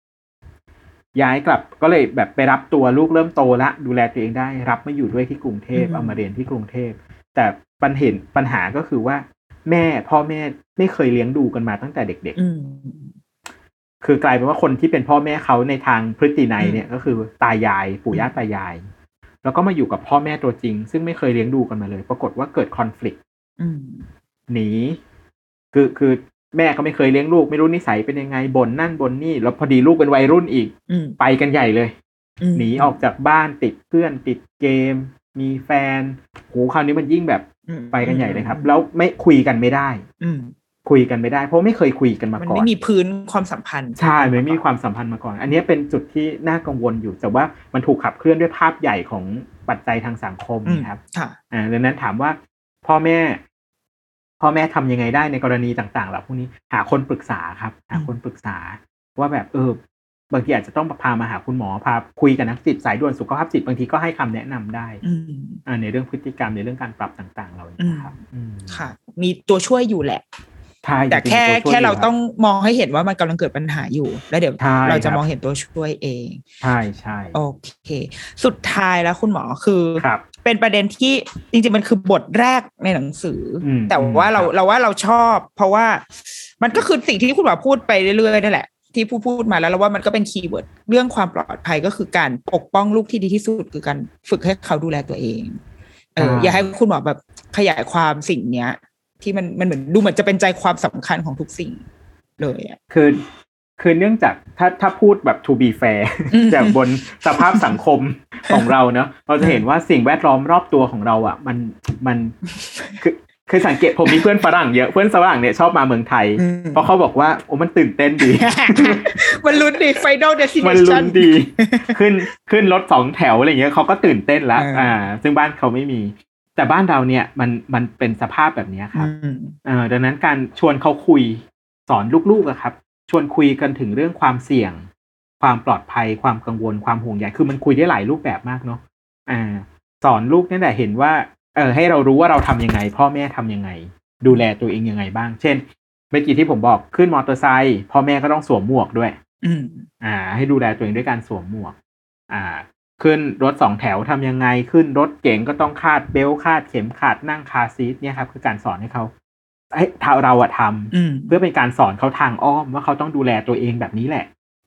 .6 ย้ายกลับก็เลยแบบไปรับตัวลูกเริ่มโตละดูแลตัวเองได้รับมาอยู่ด้วยที่กรุงเทพเอามาเรียนที่กรุงเทพแต่ปัญหาก็คือว่าพ่อแม่ไม่เคยเลี้ยงดูกันมาตั้งแต่เด็กๆคือกลายเป็นว่าคนที่เป็นพ่อแม่เขาในทางพฤตินัยเนี่ยก็คือตายายปู่ย่าตายายแล้วก็มาอยู่กับพ่อแม่ตัวจริงซึ่งไม่เคยเลี้ยงดูกันมาเลยปรากฏว่าเกิดคอนฟลิกต์หนีคือแม่ก็ไม่เคยเลี้ยงลูกไม่รู้นิสัยเป็นยังไงบ่นนั่นบ่นนี่แล้วพอดีลูกเป็นวัยรุ่นอีกไปกันใหญ่เลยหนีออกจากบ้านติดเพื่อนติดเกมมีแฟนโหคราวนี้มันยิ่งแบบไปกันใหญ่เลยครับแล้วไม่คุยกันไม่ได้เพราะไม่เคยคุยกันมาก่อนมันไม่มีพื้นความสัมพันธ์ใช่ไม่มีความสัมพันธ์มาก่อนอันนี้เป็นจุดที่น่ากังวลอยู่แต่ว่ามันถูกขับเคลื่อนด้วยภาพใหญ่ของปัจจัยทางสังคมนะครับดังนั้นถามว่าพ่อแม่ทำยังไงได้ในกรณีต่างๆเหล่าพวกนี้หาคนปรึกษาครับหาคนปรึกษาว่าแบบบางทีอาจจะต้องพามาหาคุณหมอพาคุยกับนักจิตสายด่วนสุขภาพจิตบางทีก็ให้คำแนะนำได้ในเรื่องพฤติกรรมในเรื่องการปรับต่างๆเราครับค่ะมีตัวช่วยอยู่แหละแต่แค่เราต้องมองให้เห็นว่ามันกำลังเกิดปัญหาอยู่แล้วเดี๋ยวเราจะมองเห็นตัวช่วยเองใช่โอเคสุดท้ายแล้วคุณหมอคือเป็นประเด็นที่จริงๆมันคือบทแรกในหนังสือแต่ว่าเราชอบเพราะว่ามันก็คือสิ่งที่คุณหมอพูดไปเรื่อยๆนั่นแหละที่พูดมาแล้วเราว่ามันก็เป็นคีย์เวิร์ดเรื่องความปลอดภัยก็คือการปกป้องลูกที่ดีที่สุดคือการฝึกให้เขาดูแลตัวเองอย่าให้คุณหมอแบบขยายความสิ่งเนี้ยที่มันเหมือนดูเหมือนจะเป็นใจความสำคัญของทุกสิ่งเลยอ่ะคือเนื่องจากถ้าพูดแบบ to be fair จากบนสภาพสังคมของเราเนาะเราจะเห็นว่าสิ่งแวดล้อมรอบตัวของเราอ่ะมันคือสังเกตผมมีเพื่อนฝรั่งเยอะเพื่อนฝรั่งเนี่ยชอบมาเมืองไทยเพราะเขาบอกว่าโอ้มันตื่นเต้นดีมันลุ้นดี Final Destination มันลุ้นดีขึ้นรถ2แถวอะไรอย่างเงี้ยเขาก็ตื่นเต้นแล้วซึ่งบ้านเขาไม่มีแต่บ้านเราเนี่ยมันเป็นสภาพแบบนี้ครับดังนั้นการชวนเขาคุยสอนลูกๆอะครับชวนคุยกันถึงเรื่องความเสี่ยงความปลอดภัยความกังวลความห่วงใยคือมันคุยได้หลายรูปแบบมากเนาะสอนลูกนี่แหละเห็นว่าให้เรารู้ว่าเราทำยังไงพ่อแม่ทำยังไงดูแลตัวเองยังไงบ้างเช่นเมื่อกี้ที่ผมบอกขึ้นมอเตอร์ไซค์พ่อแม่ก็ต้องสวมหมวกด้วยให้ดูแลตัวเองด้วยการสวมหมวกขึ้นรถ2แถวทำยังไงขึ้นรถเก๋งก็ต้องคาดเบลต์คาดเข็มขัดนั่งคาร์ซีทเนี่ยครับคือการสอนให้เขาเราทำเพื่อเป็นการสอนเขาทางอ้อมว่าเขาต้องดูแลตัวเองแบบนี้แหละ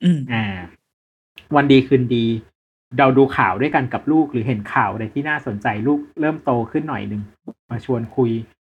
วันดีคืนดีเราดูข่าวด้วยกันกับลูกหรือเห็นข่าวอะไรที่น่าสนใจลูกเริ่มโตขึ้นหน่อยนึงมาชวนคุย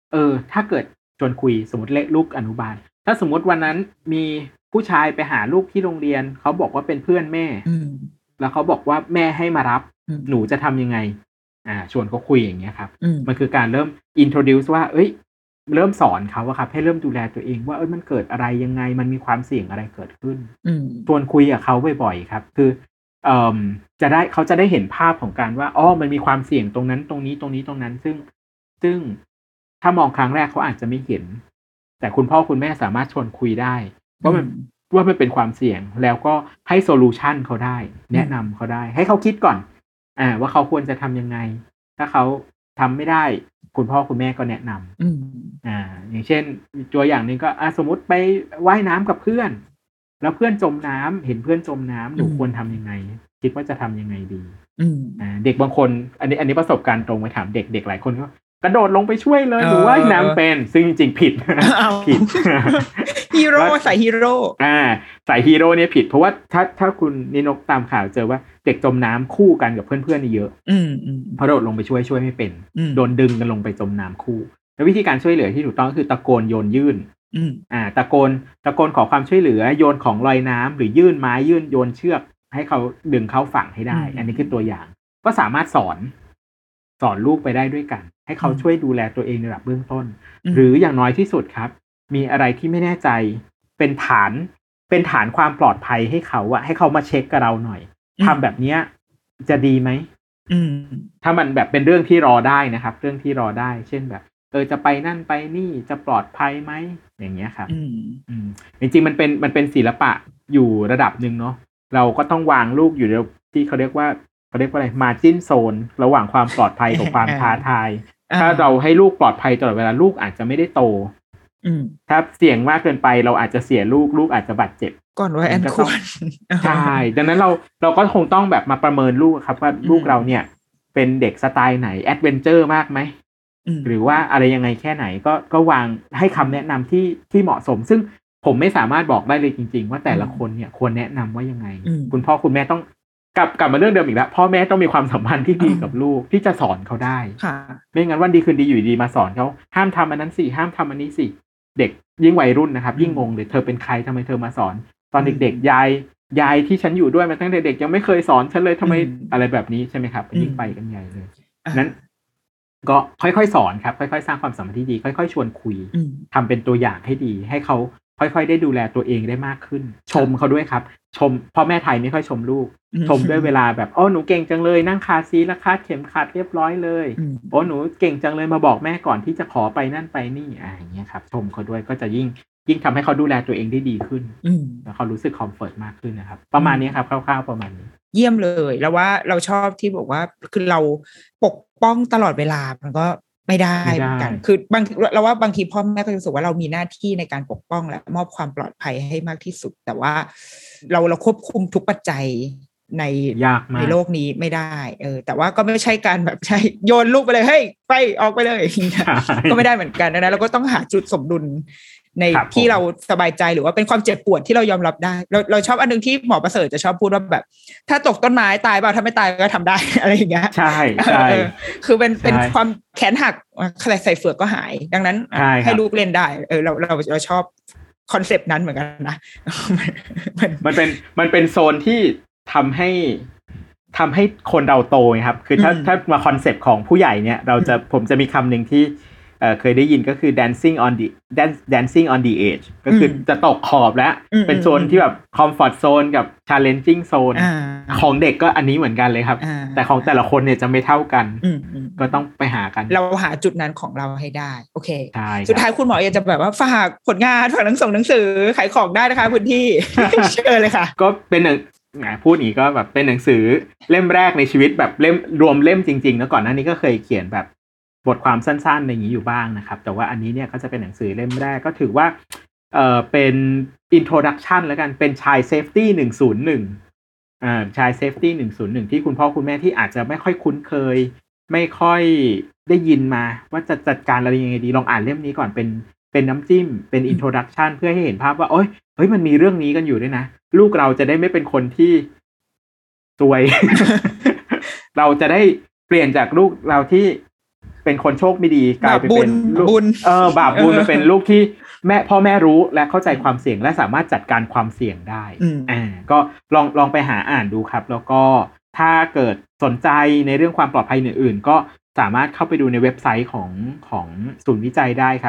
ถ้าเกิดชวนคุยสมมติลูกอนุบาลถ้าสมมติวันนั้นมีผู้ชายไปหาลูกที่โรงเรียนเขาบอกว่าเป็นเพื่อนแม่แล้วเขาบอกว่าแม่ให้มารับหนูจะทำยังไงชวนเขาคุยอย่างเงี้ยครับมันคือการเริ่ม introduce ว่าเริ่มสอนเขาว่าครับให้เริ่มดูแลตัวเองว่ามันเกิดอะไรยังไงมันมีความเสี่ยงอะไรเกิดขึ้นชวนคุยกับเขาบ่อยๆครับคือเขาจะได้เห็นภาพของการว่ามันมีความเสี่ยงตรงนั้นตรงนี้ตรงนี้ตรงนั้นซึ่งถ้ามองครั้งแรกเขาอาจจะไม่เห็นแต่คุณพ่อคุณแม่สามารถชวนคุยได้ว่ามันเป็นความเสี่ยงแล้วก็ให้โซลูชันเขาได้แนะนำเขาได้ให้เขาคิดก่อนว่าเขาควรจะทำยังไงถ้าเขาทำไม่ได้คุณพ่อคุณแม่ก็แนะนำอย่างเช่นตัวอย่างนึงก็สมมติไปว่ายน้ำกับเพื่อนแล้วเพื่อนจมน้ำเห็นเพื่อนจมน้ำหนูควรทำยังไงคิดว่าจะทำยังไงดีเด็กบางคนอันนี้ประสบการณ์ตรงไปถามเด็กหลายคนก็กระโดดลงไปช่วยเลยหรือว่าน้ำเป็นซึ่งจริงๆผิดฮีโร่ใส่ฮีโร่ใส่ฮีโร่เนี่ยผิดเพราะว่าถ้าคุณนินกตามข่าวเจอว่าเด็กจมน้ำคู่กันกับเพื่อนๆนี่เยอะเพราะโดดลงไปช่วยไม่เป็นโดนดึงกันลงไปจมน้ำคู่แล้ววิธีการช่วยเหลือที่ถูกต้องก็คือตะโกนโยนยื่นตะโกนขอความช่วยเหลือโยนของลอยน้ำหรือยื่นไม้ยื่นโยนเชือกให้เขาดึงเข้าฝั่งให้ได้อันนี้คือตัวอย่างก็สามารถสอนลูกไปได้ด้วยกันให้เขาช่วยดูแลตัวเองในระดับเบื้องต้นหรืออย่างน้อยที่สุดครับมีอะไรที่ไม่แน่ใจเป็นฐานความปลอดภัยให้เขาให้เขามาเช็คกับเราหน่อยทำแบบนี้จะดีไหมถ้ามันแบบเป็นเรื่องที่รอได้นะครับเรื่องที่รอได้เช่นแบบจะไปนั่นไปนี่จะปลอดภัยไหมอย่างเงี้ยครับจริงๆมันเป็นศิลปะอยู่ระดับหนึ่งเนาะเราก็ต้องวางลูกอยู่ในที่เขาเรียกว่าอะไร margin zone ระหว่างความปลอดภัยกับความท้าทายถ้าเราให้ลูกปลอดภัยตลอดเวลาลูกอาจจะไม่ได้โตถ้าเสี่ยงมากเกินไปเราอาจจะเสียลูกอาจจะบาดเจ็บก่อนว่าแอนควรใช่ดังนั้นเราก็คงต้องแบบมาประเมินลูกครับว่าลูกเราเนี่ยเป็นเด็กสไตล์ไหนแอดเวนเจอร์มากไหมหรือว่าอะไรยังไงแค่ไหนก็วางให้คำแนะนำที่เหมาะสมซึ่งผมไม่สามารถบอกได้เลยจริงๆว่าแต่ละคนเนี่ยควรแนะนำว่ายังไงคุณพ่อคุณแม่ต้องกลับมาเรื่องเดิมอีกแล้วพ่อแม่ต้องมีความสัมพันธ์ที่ดีกับลูกที่จะสอนเขาได้ไม่งั้นวันดีคืนดีอยู่ดีมาสอนเขาห้ามทำอันนั้นสิห้ามทำอันนี้สิเด็กยิ่งวัยรุ่นนะครับยิ่งงงเลยเธอเป็นใครทำไมเธอมาสอนตอนเด็กๆยายที่ฉันอยู่ด้วยมาตั้งแต่เด็กยังไม่เคยสอนฉันเลยทำไมอะไรแบบนี้ใช่ไหมครับยิ่งไปกันใหญ่เลยนั้นก็ค่อยๆสอนครับค่อยๆสร้างความสัมพันธ์ที่ดีค่อยๆชวนคุยทำเป็นตัวอย่างให้ดีให้เขาค่อยๆได้ดูแลตัวเองได้มากขึ้นชมเขาด้วยครับชมพ่อแม่ไทยไม่ค่อยชมลูกชมด้วยเวลาแบบหนูเก่งจังเลยนั่งคาซีและคาดเข็มขัดเรียบร้อยเลยหนูเก่งจังเลยมาบอกแม่ก่อนที่จะขอไปนั่นไปนี่อย่างเงี้ยครับชมเขาด้วยก็จะยิ่งทำให้เขาดูแลตัวเองได้ดีขึ้นแล้วเขารู้สึกคอมฟอร์ตมากขึ้นนะครับประมาณนี้ครับคร่าวๆประมาณนี้เยี่ยมเลยแล้วว่าเราชอบที่บอกว่าคือเราปกป้องตลอดเวลามันก็ไม่ได้เหมือนกันคือบางเราว่าบางทีพ่อแม่ก็รู้สึกว่าเรามีหน้าที่ในการปกป้องและมอบความปลอดภัยให้มากที่สุดแต่ว่าเราควบคุมทุกปัจจัยในโลกนี้ไม่ได้แต่ว่าก็ไม่ใช่การแบบใช่โยนลูกไปเลยเฮ้ยไปออกไปเลย ก็ไม่ได้เหมือนกันนะเราก็ต้องหาจุดสมดุลในที่เราสบายใจหรือว่าเป็นความเจ็บปวดที่เรายอมรับได้เราชอบอันนึงที่หมอประเสริฐจะชอบพูดว่าแบบถ้าตกต้นไม้ตายเปล่าถ้าไม่ตายก็ทำได้อะไรอย่างเงี้ยใช่ใช่คือเป็นความแขนหักใส่เฟือกก็หายดังนั้นให้ลูกเล่นได้เราชอบคอนเซปต์นั้นเหมือนกันนะมันเป็นโซนที่ทำให้คนเราโตครับคือถ้ามาคอนเซปต์ของผู้ใหญ่เนี่ยผมจะมีคำหนึ่งที่เคยได้ยินก็คือ dancing on the edge ก็คือจะตกขอบแล้วเป็นโซนที่แบบ comfort zone กับ challenging zone ของเด็กก็อันนี้เหมือนกันเลยครับแต่ของแต่ละคนเนี่ยจะไม่เท่ากันก็ต้องไปหากันเราหาจุดนั้นของเราให้ได้โอเคสุดท้ายคุณหมออยากจะแบบว่าฝากผลงานฝากหนังสือขายของได้นะคะพื้นที่ เชิญเลยค่ะก็เป็นพูดอีกก็แบบเป็นหนังสือเล่มแรกในชีวิตแบบเล่มรวมเล่มจริงๆแล้วก่อนหน้านี้ก็เคยเขียนแบบบทความสั้นๆอย่างนี้อยู่บ้างนะครับแต่ว่าอันนี้เนี่ยก็จะเป็นหนังสือเล่มแรกก็ถือว่าเป็น introduction แล้วกันเป็น Child Safety 101 Child Safety 101ที่คุณพ่อคุณแม่ที่อาจจะไม่ค่อยคุ้นเคยไม่ค่อยได้ยินมาว่าจะจัดการอะไรยังไงดีลองอ่านเล่มนี้ก่อนเป็นน้ำจิ้มเป็น introduction เพื่อให้เห็นภาพว่าเฮ้ยมันมีเรื่องนี้กันอยู่ด้วยนะลูกเราจะได้ไม่เป็นคนที่ซวย เราจะได้เปลี่ยนจากลูกเราที่เป็นคนโชคไม่ดีกลายไปเป็นลูกบุญบาปบุญมาเป็นลูกที่พ่อแม่รู้และเข้าใจความเสี่ยงและสามารถจัดการความเสี่ยงได้ก็ลองไปหาอ่านดูครับแล้วก็ถ้าเกิดสนใจในเรื่องความปลอดภัยอื่นๆก็สามารถเข้าไปดูในเว็บไซต์ของศูนย์วิจัยได้ครับ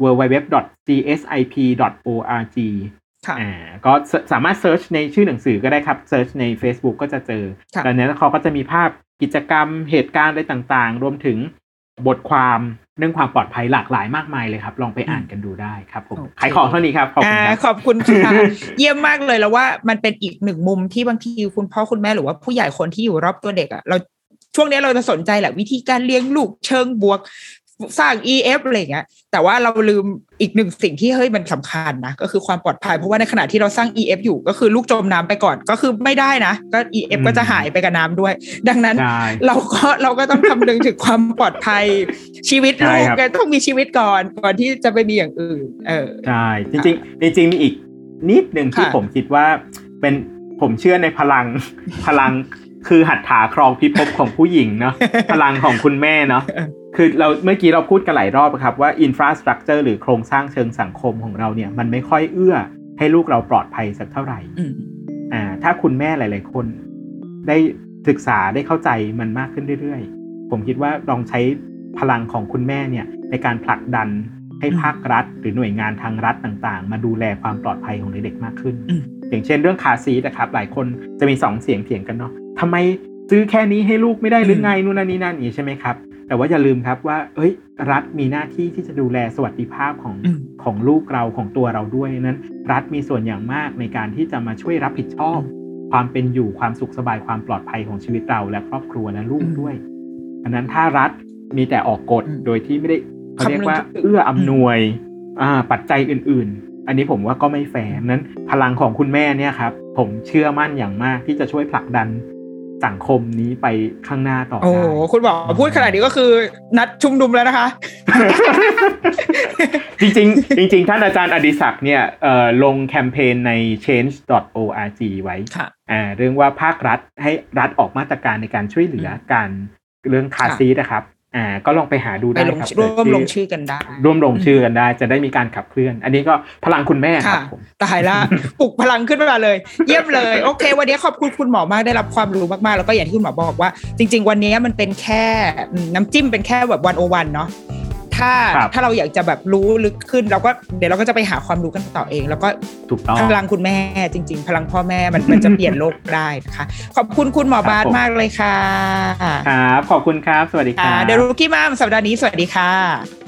www.csip.org ก็สามารถเซิร์ชในชื่อหนังสือก็ได้ครับเซิร์ชใน Facebook ก็จะเจอดังนั้นเขาก็จะมีภาพกิจกรรมเหตุการณ์อะไรต่างๆรวมถึงบทความเรื่องความปลอดภัยหลากหลายมากมายเลยครับลองไปอ่านกันดูได้ครับผมขายของเท่านี้ครับขอบคุณครับขอบคุณค่ะเยี่ยมมากเลยแล้วว่ามันเป็นอีกหนึ่งมุมที่บางทีคุณพ่อคุณแม่หรือว่าผู้ใหญ่คนที่อยู่รอบตัวเด็กอ่ะเราช่วงนี้เราจะสนใจแหละวิธีการเลี้ยงลูกเชิงบวกสร้าง EF อะไรอย่างเงี้ยแต่ว่าเราลืมอีกหนึ่งสิ่งที่มันสำคัญนะก็คือความปลอดภัยเพราะว่าในขณะที่เราสร้าง EF อยู่ก็คือลูกจมน้ำไปก่อนก็คือไม่ได้นะก็ EF ก็จะหายไปกับน้ำด้วยดังนั้นเราก็ต้องคำนึงถึงความปลอดภัยชีวิตลูกต้องมีชีวิตก่อนที่จะไปมีอย่างอื่นใช่จริงมีอีกนิดนึงที่ผมคิดว่าเป็นผมเชื่อในพลังคือหัตถาครองพิภพของผู้หญิงเนาะพลังของคุณแม่เนาะคือเราเมื่อกี้เราพูดกันหลายรอบครับว่า infrastructure หรือโครงสร้างเชิงสังคมของเราเนี่ยมันไม่ค่อยเอื้อให้ลูกเราปลอดภัยสักเท่าไหร่ถ้าคุณแม่หลายๆคนได้ศึกษาได้เข้าใจมันมากขึ้นเรื่อยๆผมคิดว่าลองใช้พลังของคุณแม่เนี่ยในการผลักดันให้ภาครัฐหรือหน่วยงานทางรัฐต่างๆมาดูแลความปลอดภัยของเด็กๆมากขึ้นอย่างเช่นเรื่องคาร์ซีทนะครับหลายคนจะมี2เสียงเถียงกันเนาะทำไมซื้อแค่นี้ให้ลูกไม่ได้หรือไงนู่นนั่นนี่นั่นนี่ใช่ไหมครับแต่ว่าอย่าลืมครับว่ารัฐมีหน้าที่ที่จะดูแลสวัสดิภาพของลูกเราของตัวเราด้วยนั้นรัฐมีส่วนอย่างมากในการที่จะมาช่วยรับผิดชอบความเป็นอยู่ความสุขสบายความปลอดภัยของชีวิตเราและครอบครัวและลูกด้วยอันนั้นถ้ารัฐมีแต่ออกกฎโดยที่ไม่ได้เขาเรียกว่าเอื้ออำนวยปัจจัยอื่นๆอันนี้ผมว่าก็ไม่แฟร์นั้นพลังของคุณแม่เนี่ยครับผมเชื่อมั่นอย่างมากที่จะช่วยผลักดันสังคมนี้ไปข้างหน้าต่อได้โอ้คุณบอกพูดขนาดนี้ก็คือนัดชุมนุมแล้วนะคะจริงท่านอาจารย์อดิศักดิ์เนี่ยลงแคมเปญใน change.org ไว้เรื่องว่าภาครัฐให้รัฐออกมาตรการในการช่วยเหลือการเรื่องคาร์ซีทนะครับก็ลองไปหาดูได้ครับร่วมลงชื่อกันได้จะได้มีการขับเคลื่อนอันนี้ก็พลังคุณแม่ครับผมตายละปลุกพลังขึ้นมาเลยเยี่ยมเลยโอเควันนี้ขอบคุณคุณหมอมากได้รับความรู้มากๆแล้วก็อย่างที่คุณหมอบอกว่าจริงๆวันนี้มันเป็นแค่น้ำจิ้มเป็นแค่แบบ101เนาะถ้าเราอยากจะแบบรู้ลึกขึ้นเราก็เดี๋ยวเราก็จะไปหาความรู้กันต่อเองแล้วก็พลังคุณแม่จริงๆพลังพ่อแม่มันจะเปลี่ยนโลกได้นะคะขอบคุณคุณหมอบาสมากเลยค่ะครับขอบคุณครับสวัสดีครับเดอะรูกี้มัมสัปดาห์นี้สวัสดีค่ะ